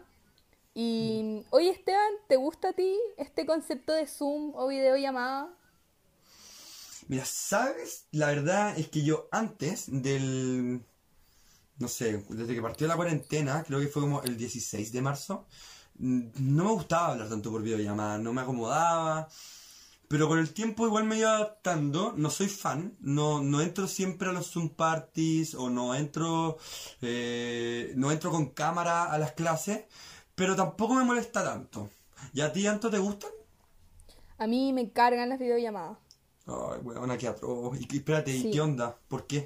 Y, oye, Esteban, ¿te gusta a ti este concepto de Zoom o videollamada? Mira, ¿sabes? La verdad es que yo antes del... No sé, desde que partió la cuarentena, creo que fue como el dieciséis de marzo, mm, no me gustaba hablar tanto por videollamada, no me acomodaba. Pero con el tiempo igual me iba adaptando, no soy fan, no, no entro siempre a los Zoom parties o no entro, eh, no entro con cámara a las clases, pero tampoco me molesta tanto. ¿Y a ti, Anto, te gustan? A mí me cargan las videollamadas. Ay, weona, qué atroz. Y, y espérate, ¿y Sí. qué onda? ¿Por qué?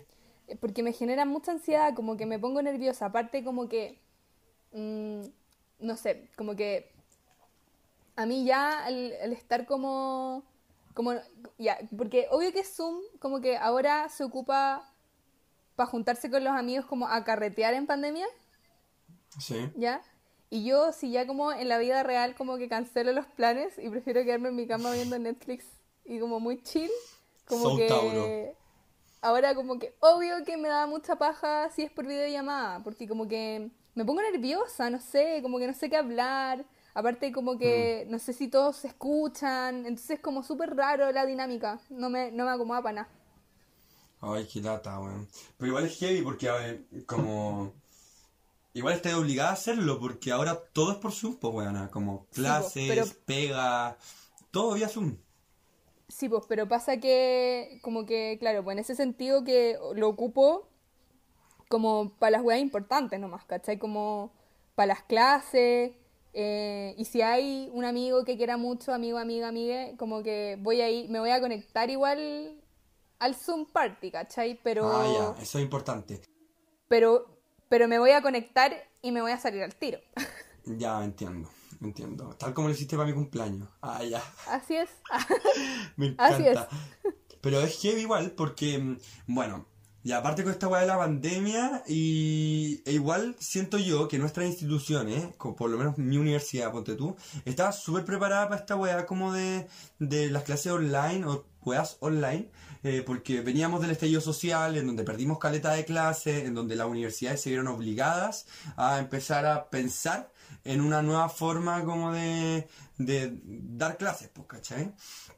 porque me genera mucha ansiedad, como que me pongo nerviosa, aparte como que, mm, no sé, como que a mí ya el, el estar como, como, ya, porque obvio que Zoom como que ahora se ocupa para juntarse con los amigos como a carretear en pandemia, Sí. ¿ya? Y yo si ya como en la vida real como que cancelo los planes y prefiero quedarme en mi cama viendo Netflix y como muy chill, como So que Tauro. ahora como que obvio que me da mucha paja si es por videollamada, porque como que me pongo nerviosa, no sé, como que no sé qué hablar, aparte como que no sé si todos se escuchan, entonces como súper raro la dinámica, no me, no me acomoda para nada. Ay, qué lata, weón. Pero igual es heavy porque, a ver, como... Igual estoy obligada a hacerlo porque ahora todo es por Zoom, pues, weón. Como Sí, clases, po, pero pega, todo vía Zoom. sí, pues, pero pasa que como que, claro, pues en ese sentido que lo ocupo como para las weas importantes nomás, ¿cachai? Como para las clases, eh, y si hay un amigo que quiera mucho, amigo, amiga, amigue, como que voy a ir, me voy a conectar igual al Zoom Party, ¿cachai? Ah, Pero, ya, eso es importante. pero, pero me voy a conectar y me voy a salir al tiro. Ya, entiendo, entiendo. Tal como lo hiciste para mi cumpleaños. Ah, ya, Así es. me Así es. encanta. Pero es heavy igual porque, mm, bueno, y aparte con esta weá de la pandemia, y e igual siento yo que nuestras instituciones, como por lo menos mi universidad, ponte tú, estaba súper preparada para esta weá como de, de las clases online o weas online, eh, porque veníamos del estallido social, en donde perdimos caleta de clases, en donde las universidades se vieron obligadas a empezar a pensar en una nueva forma como de, de dar clases, pues, ¿cachai?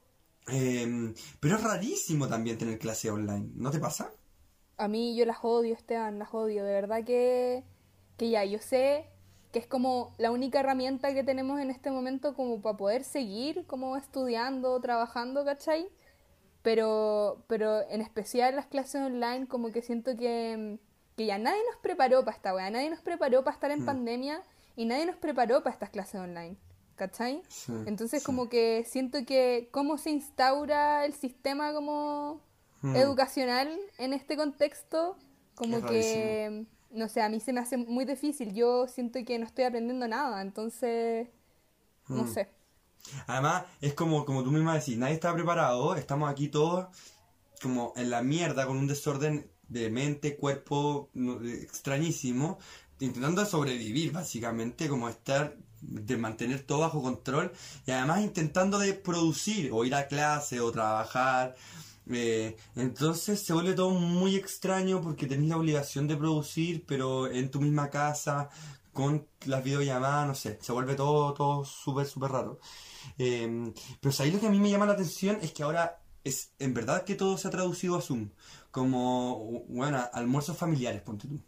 Em, pero es rarísimo también tener clases online, ¿no te pasa? A mí yo las odio, Esteban, las odio. De verdad que, que ya, yo sé que es como la única herramienta que tenemos en este momento como para poder seguir como estudiando, trabajando, ¿cachai? Pero, pero en especial las clases online como que siento que, que ya nadie nos preparó para esta weá, nadie nos preparó para estar en pandemia y nadie nos preparó para estas clases online, ¿cachai? Sí, Entonces sí. como que siento que cómo se instaura el sistema como Mm. educacional en este contexto, como Es que, no sé, a mí se me hace muy difícil, yo siento que no estoy aprendiendo nada, entonces, no Mm. sé. Además, es como, como tú misma decís, nadie está preparado, estamos aquí todos como en la mierda, con un desorden de mente, cuerpo no, eh, extrañísimo, intentando sobrevivir básicamente, como estar, de mantener todo bajo control, y además intentando de producir, o ir a clase, o trabajar. Eh, entonces se vuelve todo muy extraño porque tenés la obligación de producir, pero en tu misma casa, con las videollamadas, no sé, se vuelve todo, todo súper, súper raro. Eh, pero ahí lo que a mí me llama la atención es que ahora es en verdad que todo se ha traducido a Zoom, como, bueno, almuerzos familiares, ponte tú.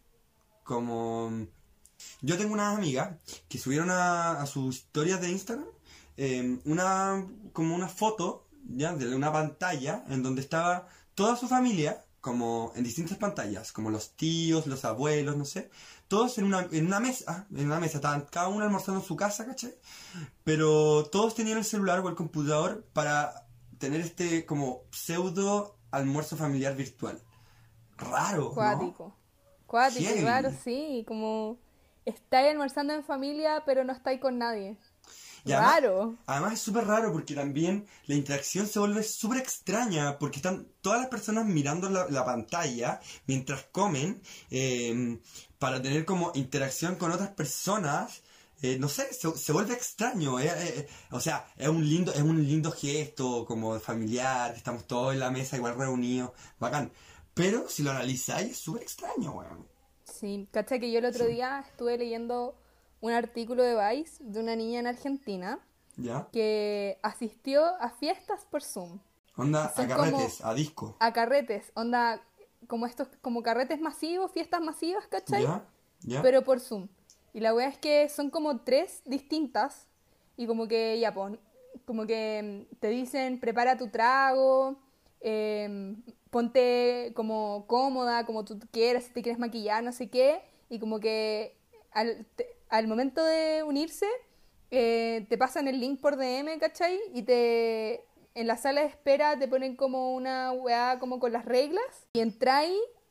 Como, yo tengo unas amigas que subieron a, a sus historias de Instagram eh, una, como una foto, ya, de una pantalla en donde estaba toda su familia, como en distintas pantallas, como los tíos, los abuelos, no sé, todos en una, en una mesa, en una mesa, estaban cada uno almorzando en su casa, ¿cachai? Pero todos tenían el celular o el computador para tener este como pseudo almuerzo familiar virtual. Raro, ¿no? Cuático. Cuático, Heavy. claro, sí, como estáis almorzando en familia, pero no estáis con nadie. Y además- Raro. Además es súper raro porque también la interacción se vuelve súper extraña porque están todas las personas mirando la, la pantalla mientras comen eh, para tener como interacción con otras personas. Eh, no sé, se, se vuelve extraño. eh, eh, o sea, es un lindo, es un lindo gesto como familiar, estamos todos en la mesa igual reunidos, bacán. Pero si lo analizáis es súper extraño, weón. Sí, cacha que yo el otro día estuve leyendo un artículo de Vice de una niña en Argentina ¿Ya? que asistió a fiestas por Zoom, Onda, a Son carretes, como- a disco. a carretes, onda, como estos, como carretes masivos, fiestas masivas, ¿cachai? ¿Ya? ¿Ya? Pero por Zoom. Y la wea es que son como tres distintas y como que ya, pues, como que mm, te dicen prepara tu trago, em, ponte como cómoda, como tú quieras, si te quieres maquillar, no sé qué, y como que al, te- al momento de unirse eh, te pasan el link por D M, ¿cachai? Y te en la sala de espera te ponen como una weá como con las reglas y entráis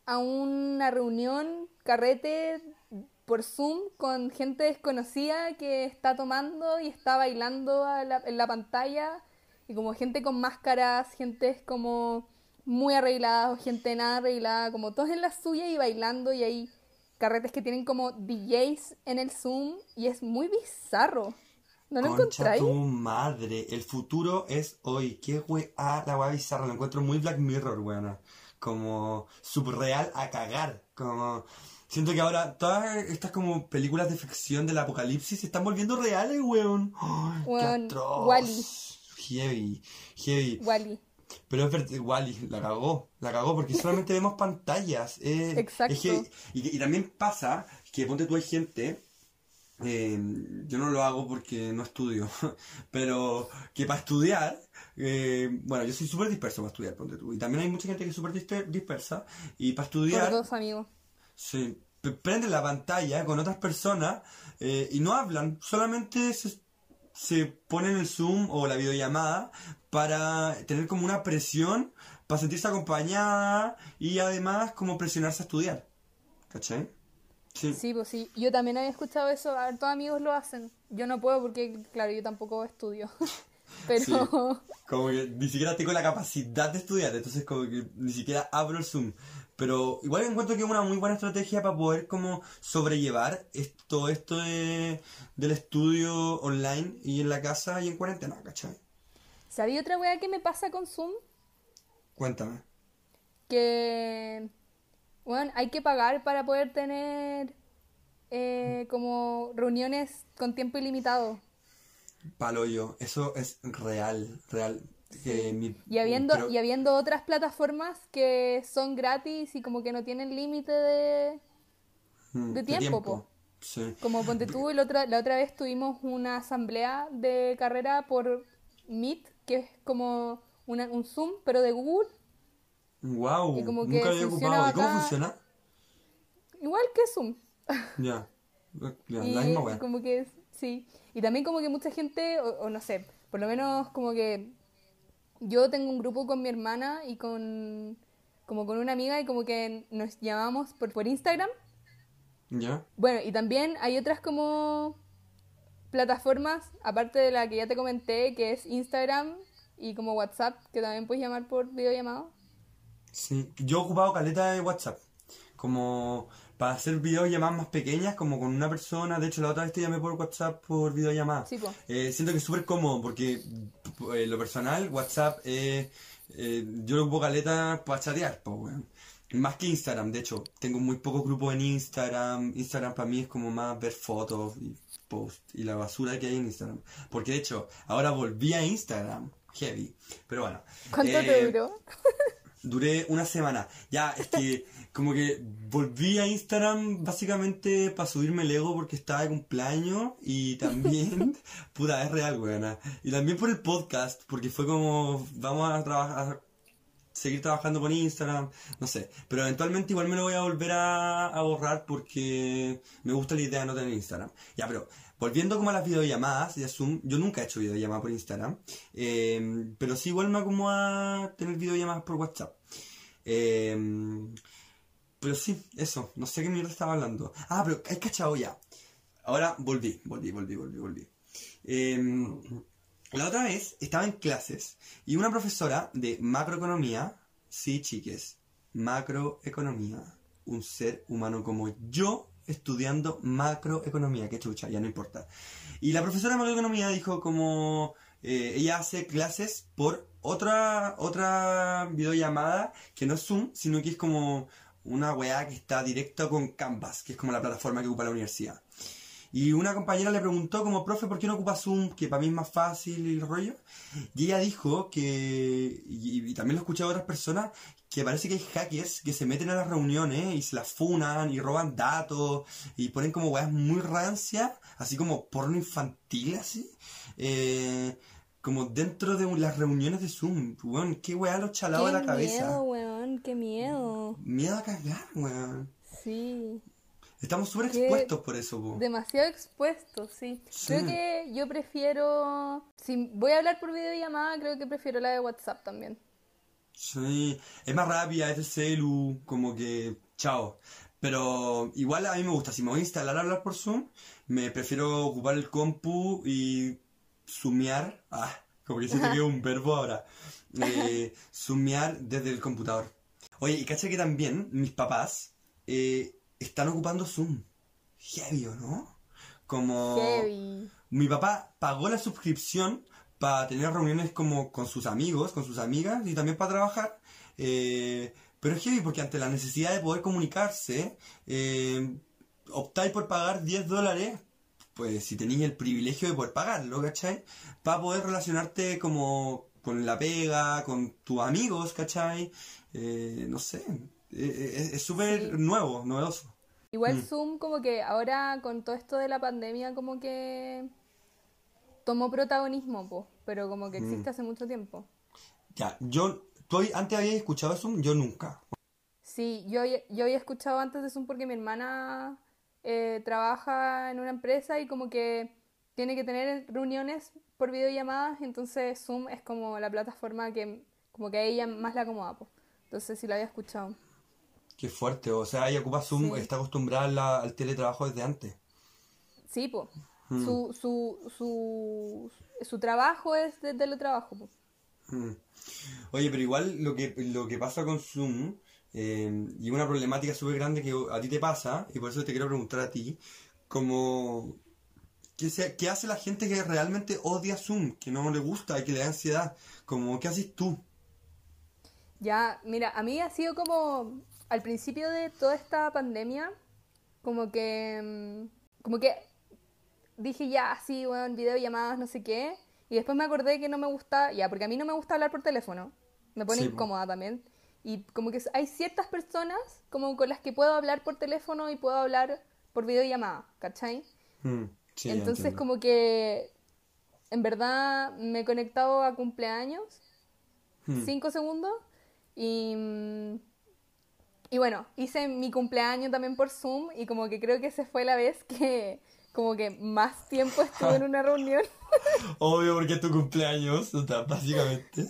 a una reunión, carrete por Zoom con gente desconocida que está tomando y está bailando a la- en la pantalla, y como gente con máscaras, gente como muy arreglada o gente nada arreglada, como todos en la suya y bailando, y hay carretes que tienen como D Js en el Zoom y es muy bizarro. ¿No lo Concha encontráis? tu madre, el futuro es hoy. Qué weá, la weá bizarra, lo encuentro muy Black Mirror, weona. Como subreal a cagar. Como siento que ahora todas estas como películas de ficción del apocalipsis se están volviendo reales, weón. Ay, qué Weón, atroz. Wall-E. Heavy, heavy. Wally. Pero es verdad, Wally, la cagó, la cagó porque solamente vemos pantallas. eh, Exacto. es que- y, y también pasa que ponte tú hay gente, eh, yo no lo hago porque no estudio, pero que para estudiar, eh, bueno, yo soy súper disperso para estudiar, ponte tú. Y también hay mucha gente que es súper disper- dispersa y para Por estudiar dos amigos. se p- prende la pantalla con otras personas eh, y no hablan, solamente se, se ponen el Zoom o la videollamada para tener como una presión, para sentirse acompañada y además como presionarse a estudiar. ¿Cachai? Sí. Sí, pues sí. Yo también había escuchado eso. A ver, todos amigos lo hacen. Yo no puedo porque, claro, yo tampoco estudio. Pero... Sí. Como que ni siquiera tengo la capacidad de estudiar, entonces como que ni siquiera abro el Zoom. Pero igual encuentro que es una muy buena estrategia para poder como sobrellevar esto, esto de, del estudio online y en la casa y en cuarentena, ¿cachai? ¿Sabía otra weá que me pasa con Zoom? Cuéntame. Que... Bueno, hay que pagar para poder tener eh, como reuniones con tiempo ilimitado. Palo yo, eso es real, real. Que mi- Y habiendo, pero- y habiendo otras plataformas que son gratis y como que no tienen límite de... mm, de tiempo, po. Sí. Como ponte tú, el otra, la otra vez tuvimos una asamblea de carrera por Meet, que es como una- un Zoom, pero de Google. Wow, Y como que nunca había funciona ocupado. ¿Y cómo acá. funciona? Igual que Zoom. Ya, ya, Y la misma wea. como que, sí. Y también como que mucha gente, o, o no sé, por lo menos como que yo tengo un grupo con mi hermana y con como con una amiga y como que nos llamamos por, por Instagram. ¿Ya? Bueno, y también hay otras como plataformas, aparte de la que ya te comenté, que es Instagram y como WhatsApp, que también puedes llamar por videollamada. Sí, yo he ocupado caleta de WhatsApp, como para hacer videollamadas más pequeñas, como con una persona. De hecho, la otra vez te llamé por WhatsApp por videollamada. Sí, po. Eh, siento que es súper cómodo porque, eh, lo personal, WhatsApp, eh, eh, yo lo ocupo caleta para chatear, pues, weón. Más que Instagram, de hecho, tengo muy pocos grupos en Instagram. Instagram para mí es como más ver fotos y post y la basura que hay en Instagram. Porque de hecho, ahora volví a Instagram, heavy. Pero bueno. ¿Cuánto eh, te duró? Duré una semana. Ya, es que como que volví a Instagram básicamente para subirme el ego porque estaba de cumpleaños y también, puta, es real, weona. Y también por el podcast, porque fue como, vamos a trabajar, a seguir trabajando con Instagram, no sé. Pero eventualmente igual me lo voy a volver a, a borrar porque me gusta la idea de no tener Instagram. Ya, pero volviendo como a las videollamadas de Zoom, yo nunca he hecho videollamadas por Instagram, eh, pero sí igual me acomoda tener videollamadas por WhatsApp. Eh, pero sí, eso, no sé qué mierda estaba hablando. Ah, pero hay cachado ya. Ahora volví, volví, volví, volví, volví. Eh, la otra vez estaba en clases y una profesora de macroeconomía, sí chiques, macroeconomía, un ser humano como yo estudiando macroeconomía, qué chucha, ya no importa. Y la profesora de macroeconomía dijo como eh, ella hace clases por otra otra videollamada que no es Zoom, sino que es como una weá que está directa con Canvas, que es como la plataforma que ocupa la universidad. Y una compañera le preguntó como, profe, ¿por qué no ocupa Zoom? Que para mí es más fácil y el rollo. Y ella dijo que, y, y también lo he escuchado de otras personas, que parece que hay hackers que se meten a las reuniones y se las funan y roban datos y ponen como weas muy rancias, así como porno infantil, así, eh, como dentro de las reuniones de Zoom. Weón, qué wea los chalados de la cabeza. miedo, weón, qué miedo. Miedo a cagar, weón. Sí. Estamos súper Qué- expuestos por eso, po. Demasiado expuesto, sí. Sí. Creo que yo prefiero... Si voy a hablar por videollamada, creo que prefiero la de WhatsApp también. Sí, es más rápida, es de celu, como que, chao. Pero igual a mí me gusta, si me voy a instalar a hablar por Zoom, me prefiero ocupar el compu y zoomear, ah, como que siento que es un verbo ahora, eh, zoomear desde el computador. Oye, y cacha que también mis papás eh, están ocupando Zoom. Heavy, ¿o no? Como... Heavy. Mi papá pagó la suscripción para tener reuniones como con sus amigos, con sus amigas y también para trabajar. Eh, pero es heavy porque ante la necesidad de poder comunicarse, eh, optáis por pagar diez dólares, pues si tenéis el privilegio de poder pagarlo, ¿cachai? Para poder relacionarte como con la pega, con tus amigos, ¿cachai? Eh, no sé, eh, es súper Sí. nuevo, novedoso. Igual Mm. Zoom como que ahora con todo esto de la pandemia como que tomó protagonismo, po, pero como que existe hace mucho tiempo. Ya, yo, ¿tú habí- antes habías escuchado Zoom? Yo nunca. Sí, yo, había- yo había escuchado antes de Zoom porque mi hermana eh, trabaja en una empresa y como que tiene que tener reuniones por videollamadas, entonces Zoom es como la plataforma que como que a ella más la acomoda, po. Entonces sí la había escuchado. Qué fuerte, o sea, ella ocupa Zoom, Sí. está acostumbrada a la- al teletrabajo desde antes. Sí, po. Mm. Su, su, su, su trabajo es de teletrabajo, po. Mm. Oye, pero igual lo que, lo que pasa con Zoom, eh, y una problemática súper grande que a ti te pasa, y por eso te quiero preguntar a ti, como, ¿qué, se- qué hace la gente que realmente odia Zoom, que no le gusta y que le da ansiedad? Como, ¿qué haces tú? Ya, mira, a mí ha sido como al principio de toda esta pandemia, como que, mm, como que dije ya, sí, bueno, videollamadas, no sé qué, y después me acordé que no me gusta, ya, porque a mí no me gusta hablar por teléfono, me pone Sí, po. incómoda también, y como que hay ciertas personas como con las que puedo hablar por teléfono y puedo hablar por videollamada, ¿cachai? Mm, sí, ya Entonces entiendo. como que en verdad me he conectado a cumpleaños, Mm. cinco segundos, y, mm, y bueno, hice mi cumpleaños también por Zoom y como que creo que esa fue la vez que como que más tiempo estuve en una reunión Obvio, porque es tu cumpleaños, o sea, básicamente.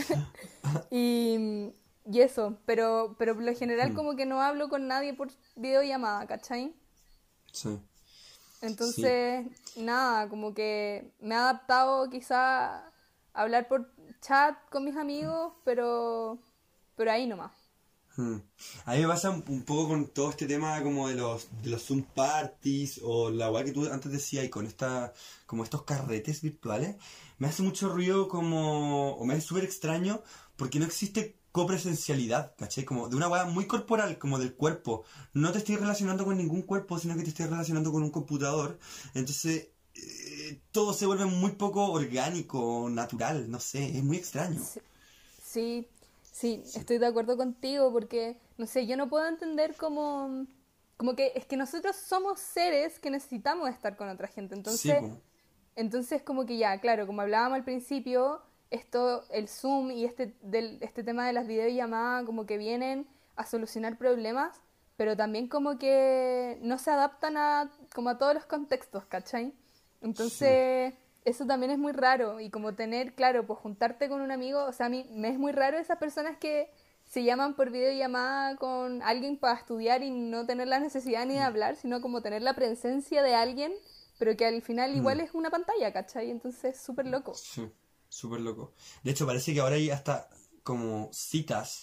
y, y eso, pero, pero por lo general Mm. como que no hablo con nadie por videollamada, ¿cachai? Sí. Entonces, nada, como que me he adaptado quizá a hablar por chat con mis amigos, pero, pero ahí nomás. Hmm. A mí me pasa un, un poco con todo este tema como de los de los Zoom parties o la weá que tú antes decías y con esta como estos carretes virtuales me hace mucho ruido como o me hace súper extraño porque no existe copresencialidad, ¿cachai? Como de una weá muy corporal, como del cuerpo. No te estoy relacionando con ningún cuerpo, sino que te estoy relacionando con un computador. Entonces eh, todo se vuelve muy poco orgánico, natural, no sé, es muy extraño. Sí, sí, sí, estoy de acuerdo contigo porque, no sé, yo no puedo entender como, como que es que nosotros somos seres que necesitamos estar con otra gente. Entonces, Sí, po. entonces como que ya, claro, como hablábamos al principio, esto, el Zoom y este, del, este tema de las videollamadas como que vienen a solucionar problemas, pero también como que no se adaptan a, como a todos los contextos, ¿cachai? Entonces, eso también es muy raro. Y como tener, claro, pues juntarte con un amigo, o sea, a mí me es muy raro esas personas que se llaman por videollamada con alguien para estudiar y no tener la necesidad ni de hablar, sino como tener la presencia de alguien, pero que al final igual es una pantalla, ¿cachai? Entonces, súper loco. Sí, súper loco. De hecho, parece que ahora hay hasta como citas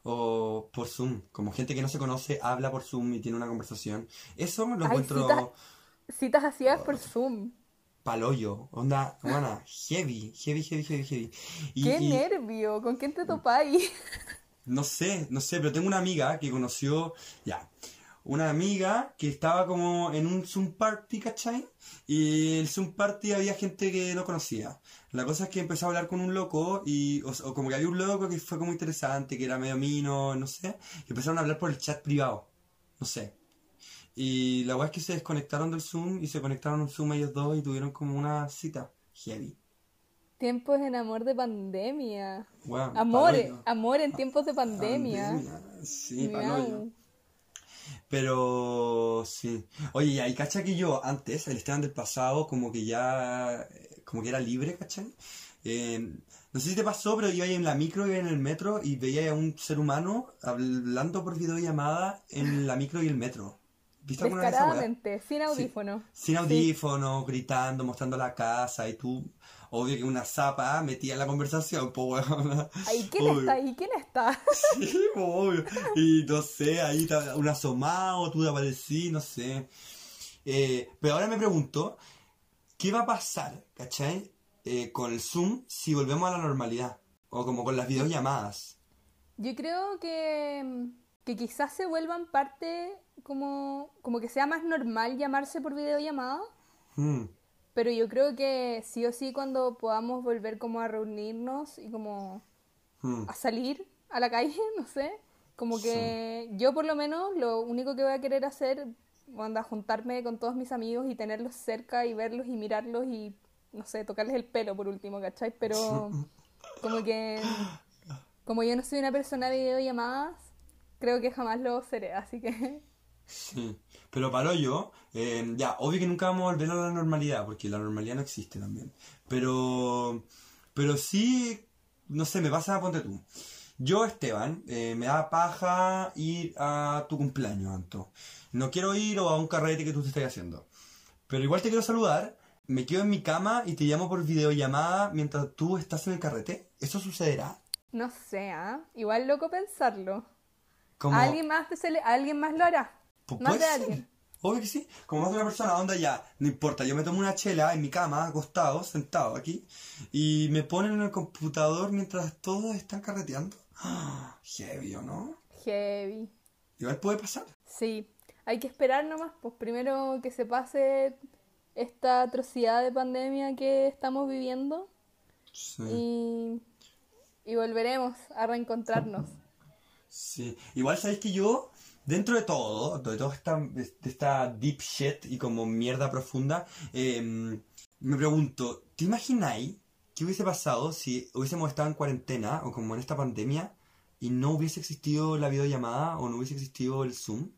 o por Zoom, como gente que no se conoce habla por Zoom y tiene una conversación. Eso lo Hay encuentro citas, citas hacías por Zoom. palollo, onda, buena, heavy, heavy, heavy, heavy, heavy. Y, ¡Qué y nervio! ¿Con quién te topáis? no sé, no sé, pero tengo una amiga que conoció, ya, una amiga que estaba como en un Zoom party, ¿cachai? Y en el Zoom party había gente que no conocía. La cosa es que empezó a hablar con un loco y, o, o como que había un loco que fue como interesante, que era medio mino, no sé, y empezaron a hablar por el chat privado, no sé. Y la weá es que se desconectaron del Zoom y se conectaron a un Zoom ellos dos y tuvieron como una cita heavy. Tiempos en amor de pandemia. Weón, Amor, palollo. amor en tiempos de pandemia. Pandemia, sí, Miau. palollo. Pero sí. Oye, y ahí cacha que yo antes, el Esteban del pasado, como que ya, eh, como que era libre, ¿cachai? Eh, No sé si te pasó, pero iba ahí en la micro, iba en el metro y veía a un ser humano hablando por videollamada en la micro y el metro. ¿Viste alguna vez esa weá? Descaradamente, sin audífono. Sin audífonos, gritando, mostrando la casa y tú, obvio que una zapa metía en la conversación, pues weón. Ay, ¿quién Obvio. está ahí? ¿Quién está? Sí, po, obvio. Y no sé, ahí ta- un asomado, tú te aparecí, no sé. Eh, pero ahora me pregunto, ¿qué va a pasar, cachai? Eh, con el Zoom si volvemos a la normalidad. O como con las videollamadas. Yo creo que, que quizás se vuelvan parte como, como que sea más normal llamarse por videollamada, Mm, pero yo creo que sí o sí cuando podamos volver como a reunirnos y como mm. a salir a la calle, no sé, como que yo por lo menos lo único que voy a querer hacer, anda, juntarme con todos mis amigos y tenerlos cerca y verlos y mirarlos y, no sé, tocarles el pelo por último, ¿cachai? Pero como que, como yo no soy una persona de videollamadas, creo que jamás lo seré, así que Sí, pero paro yo, eh, ya, obvio que nunca vamos a volver a la normalidad, porque la normalidad no existe también. Pero, pero sí, no sé, me pasa, ponte tú. Yo, Esteban, eh, me da paja ir a tu cumpleaños, Anto. No quiero ir o a un carrete que tú te estés haciendo. Pero igual te quiero saludar, me quedo en mi cama y te llamo por videollamada mientras tú estás en el carrete. ¿Eso sucederá? no sé, ¿ah? Igual loco pensarlo. Como... ¿Alguien más, te se le- ¿Alguien más lo hará? Pu- Más puede de ser. alguien. Obvio que sí. Como más de una persona, onda ya, no importa, yo me tomo una chela en mi cama, acostado, sentado aquí, y me ponen en el computador mientras todos están carreteando. ¡Ah! Heavy, ¿o no? Heavy. Igual puede pasar. Sí, hay que esperar nomás, pues primero que se pase esta atrocidad de pandemia que estamos viviendo Sí. y, y volveremos a reencontrarnos. Sí. Igual sabéis que yo, dentro de todo, de toda esta, de esta deep shit y como mierda profunda, eh, me pregunto, ¿te imagináis qué hubiese pasado si hubiésemos estado en cuarentena o como en esta pandemia y no hubiese existido la videollamada o no hubiese existido el Zoom?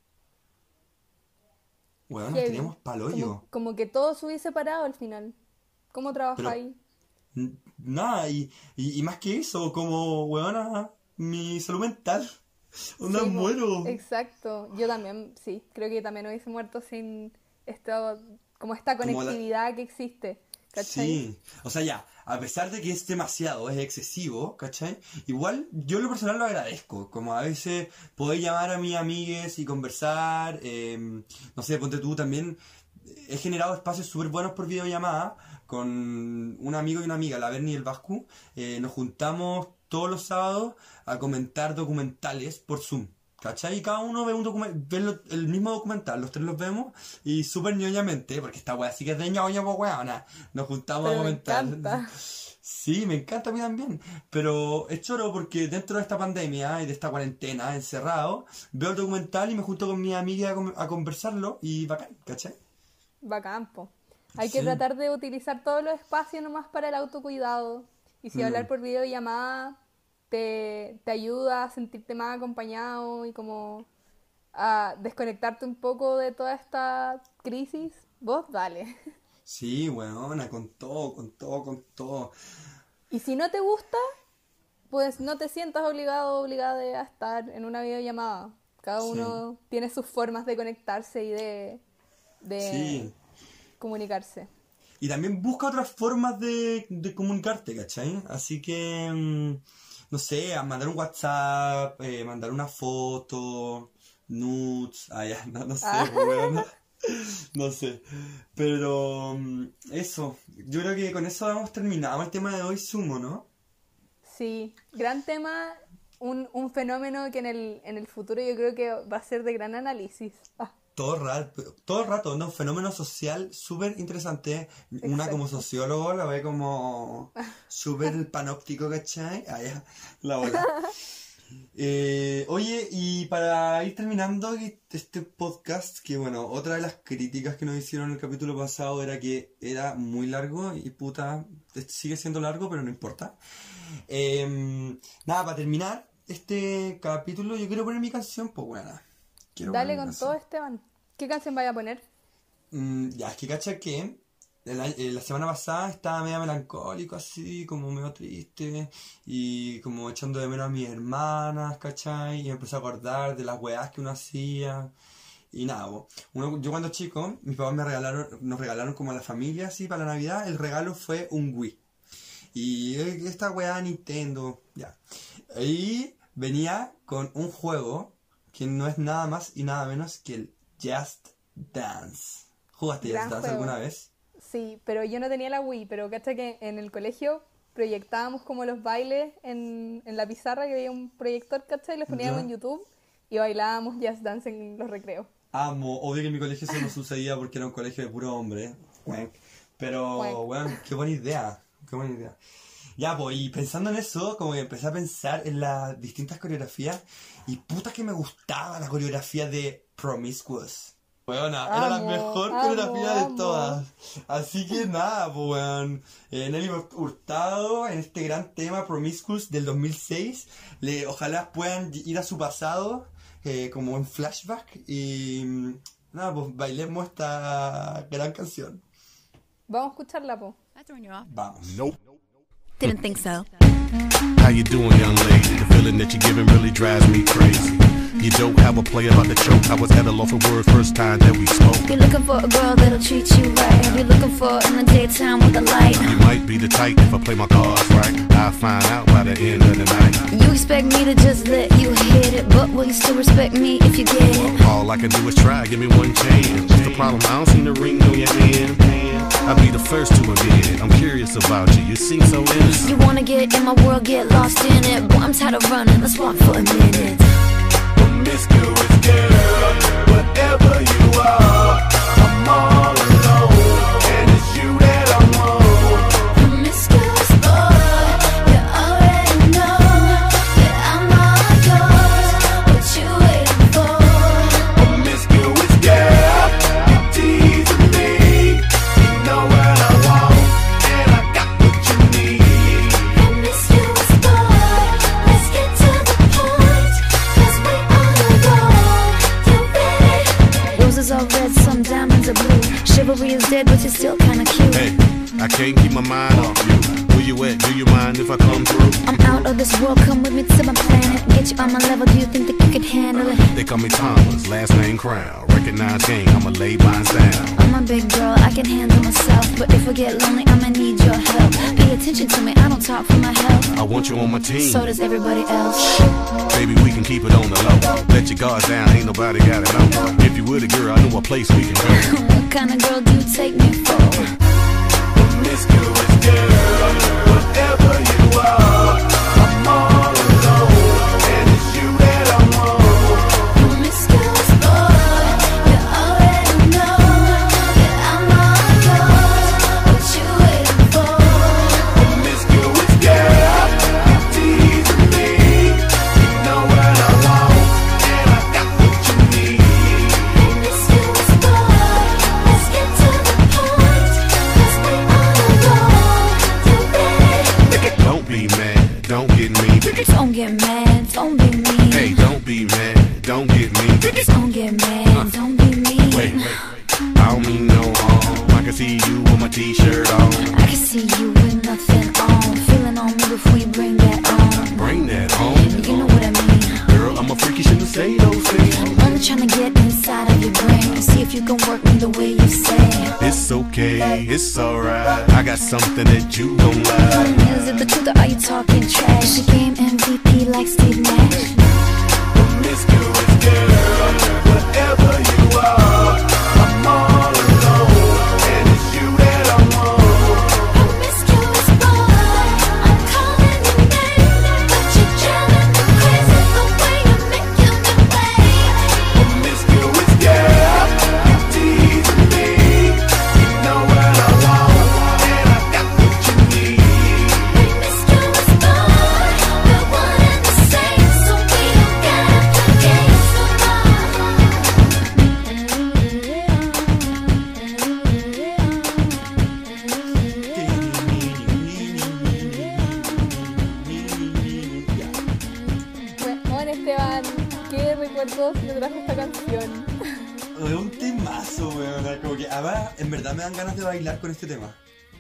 Bueno, nos Heavy. teníamos palollo. Como, como que todo se hubiese parado al final. ¿Cómo trabajáis? N- Nada, y, y, y más que eso, como, weona, mi salud mental. Onda, Sí, po, muero. Exacto, yo también, sí, creo que también hubiese muerto sin esto, como esta Como la- conectividad que existe, ¿cachai? Sí, o sea, ya, a pesar de que es demasiado, es excesivo, ¿cachai? Igual yo en lo personal lo agradezco, como a veces poder llamar a mis amigues y conversar, eh, no sé, ponte tú también, he generado espacios súper buenos por videollamada con un amigo y una amiga, la Berni y el Vascu, eh, nos juntamos todos los sábados a comentar documentales por Zoom. ¿Cachai? Y cada uno ve un documental, ve lo- el mismo documental, los tres los vemos y súper ñoñamente, porque esta wea sí que es de ñoña, pues weona. Nos juntamos Pero a me comentar. encanta. Sí, me encanta a mí también. Pero es choro porque dentro de esta pandemia y de esta cuarentena, encerrado, veo el documental y me junto con mi amiga a, con- a conversarlo y bacán, ¿cachai? Bacán, po. Hay que Sí. tratar de utilizar todos los espacios nomás para el autocuidado. Y si Mm. hablar por videollamada te, te ayuda a sentirte más acompañado y como a desconectarte un poco de toda esta crisis, vos dale. Sí, weona, con todo, con todo, con todo. Y si no te gusta, pues no te sientas obligado o obligada a estar en una videollamada. Cada Sí. uno tiene sus formas de conectarse y de, de Sí. comunicarse. Y también busca otras formas de, de comunicarte, ¿cachai? Así que, mm, no sé, a mandar un WhatsApp, eh, mandar una foto, nudes, ah, ya, no, no sé, Ah. pues, weón, no, no sé. Pero, mm, eso, yo creo que con eso hemos terminado el tema de hoy, Sumo, ¿no? Sí, gran tema, un, un fenómeno que en el, en el futuro yo creo que va a ser de gran análisis. Ah, Todo el rato, todo el rato, ¿no? Un fenómeno social súper interesante. Una Exacto. como sociólogo la ve como súper panóptico, ¿cachai? Ah, ya, la bola. Eh, oye, y para ir terminando este podcast, que bueno, otra de las críticas que nos hicieron en el capítulo pasado era que era muy largo y puta, sigue siendo largo, pero no importa. Eh, nada, para terminar este capítulo yo quiero poner mi canción, pues bueno. Quiero dale poner mi con canción. todo, Esteban. ¿Qué canción vaya a poner? Mm, ya, es que cacha que el año- eh, la semana pasada estaba medio melancólico así, como medio triste y como echando de menos a mis hermanas, ¿cachai? Y me empecé a acordar de las weás que uno hacía y nada, po. Uno, yo cuando chico, mis papás me regalaron, nos regalaron como a la familia así para la Navidad, el regalo fue un Wii. Y eh, esta weá Nintendo, ya. Y venía con un juego que no es nada más y nada menos que el Just Dance. ¿Jugaste Just Gran Dance juego. alguna vez? Sí, pero yo no tenía la Wii, pero cacha que en el colegio proyectábamos como los bailes en, en la pizarra, que había un proyector, ¿cachai? Y los poníamos Ya. en YouTube y bailábamos Just Dance en los recreos. Amo, obvio que en mi colegio eso no sucedía porque era un colegio de puro hombre. Cuenc. Pero, Cuenc. weón, qué buena idea. Qué buena idea. Ya, pues, y pensando en eso, como que empecé a pensar en las distintas coreografías. Y puta que me gustaba la coreografía de Promiscuous. Weón, era la Amo, mejor amo, coreografía de amo. todas. Así que nada, pues, weón. Eh, Nelly Hurtado, en este gran tema Promiscuous del dos mil seis. Le, ojalá puedan ir a su pasado, eh, como en flashback. Y mm, nada, pues bailemos esta gran canción. Vamos a escucharla, po. That throwing you off? Vamos. Nope. Didn't think so. How you doing, young lady? The feeling that you're giving really drives me crazy. You don't have a play about the choke. I was at a loss for words first time that we spoke. You're looking for a girl that'll treat you right. You're looking for in the daytime with a light. You might be the type if I play my cards right. I'll find out by the end of the night. You expect me to just let you hit it, but will you still respect me if you get it? All I can do is try, give me one chance. What's the problem? I don't see the ring on your hand. I'll be the first to admit it. I'm curious about you. You seem so innocent. You wanna get in my world, get lost in it. Boy, I'm tired of running, let's walk for a minute. Promiscuous girl, whatever you are, I'm all alone, and it's you that I want. Promiscuous boy, you already know that I'm all yours. What you waiting for? Promiscuous girl, you teasing me. You know what I want, and I got what you need. Promiscuous boy, let's get to the point, 'cause we on the road. You ready? Roses are red, some diamonds are blue. Chivalry is dead, but you're still kinda cute. Hey, I can't keep my mind off you. Where you at? Do you mind if I come through? I'm out of this world, come with me to my planet. Get you on my level, do you think that you could handle it? They call me Thomas, last name Crown. Recognize game, I'ma lay mine down. I'm a big girl, I can handle myself. But if I get lonely, I'ma need your help. Pay attention to me, I don't talk for my health. I want you on my team. So does everybody else. Baby, we can keep it on the low. Let your guard down, ain't nobody got it know. If you were the girl, I know a place we can go. What kind of girl do you take me for? Promiscuous girl, whatever you are, I'm all alone, and it's you that I want. Promiscuous boy, you already know that I'm all yours. What you waiting for? Promiscuous girl, you teasing me. You know what I want, and I got what you need. Promiscuous boy, let's get to the point, 'cause we on the road. You ready? Don't be mad, don't get me. Don't get mad, don't be mean. Hey, don't be mad, don't get me. Don't get mad, don't be mean. Wait, wait, I don't mean no harm. I can see you with my t-shirt on. I can see you with nothing on. Feeling on me before you bring that on. Bring that home. You know what I mean. Girl, I'm a freak, you shouldn't say those things. Only trying to get inside of your brain. See if you can work me the way you say. It's okay, it's alright. I got something that you don't like. Is it the truth or are you talking trash? The game M V P like Steve Nash. Promiscuous girl, whatever you are, I'm all alone, and it's you that I want. Promiscuous boy, I'm calling your name, but you're driving me crazy the way you're making me wait. Promiscuous girl, you teasing me. You know what I want, and I got what you need. Promiscuous boy, we're one and the same, so we don't gotta play games no Bueno, Esteban, ¿qué recuerdos me trajo esta canción? Es un temazo, weón. Como que, ahora, en verdad me dan ganas de bailar con este tema.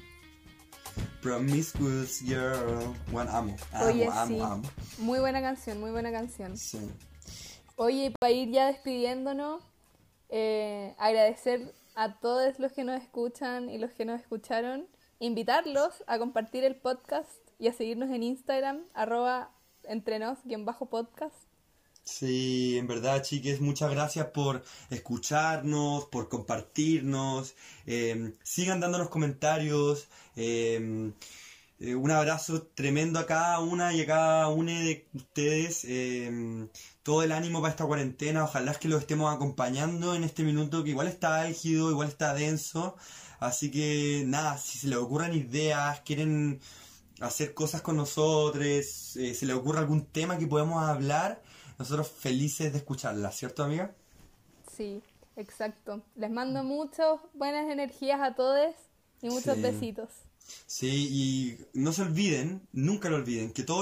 Promiscuous Girl. Bueno, amo. Amo, Oye, amo, sí. amo. Muy buena canción, muy buena canción. Sí. Oye, para ir ya despidiéndonos, eh, agradecer a todos los que nos escuchan y los que nos escucharon, invitarlos a compartir el podcast y a seguirnos en Instagram, arroba entrenos-podcast. Sí, en verdad, chiques, muchas gracias por escucharnos, por compartirnos. Eh, sigan dándonos comentarios. Eh, eh, un abrazo tremendo a cada una y a cada una de ustedes. Eh, todo el ánimo para esta cuarentena. Ojalá es que los estemos acompañando en este minuto que igual está álgido, igual está denso. Así que nada, si se les ocurran ideas, quieren hacer cosas con nosotros, eh, se les ocurre algún tema que podamos hablar, nosotros felices de escucharla, ¿cierto, amiga? Sí, exacto. Les mando muchas buenas energías a todos y muchos Sí. besitos. Sí, y no se olviden, nunca lo olviden, que todo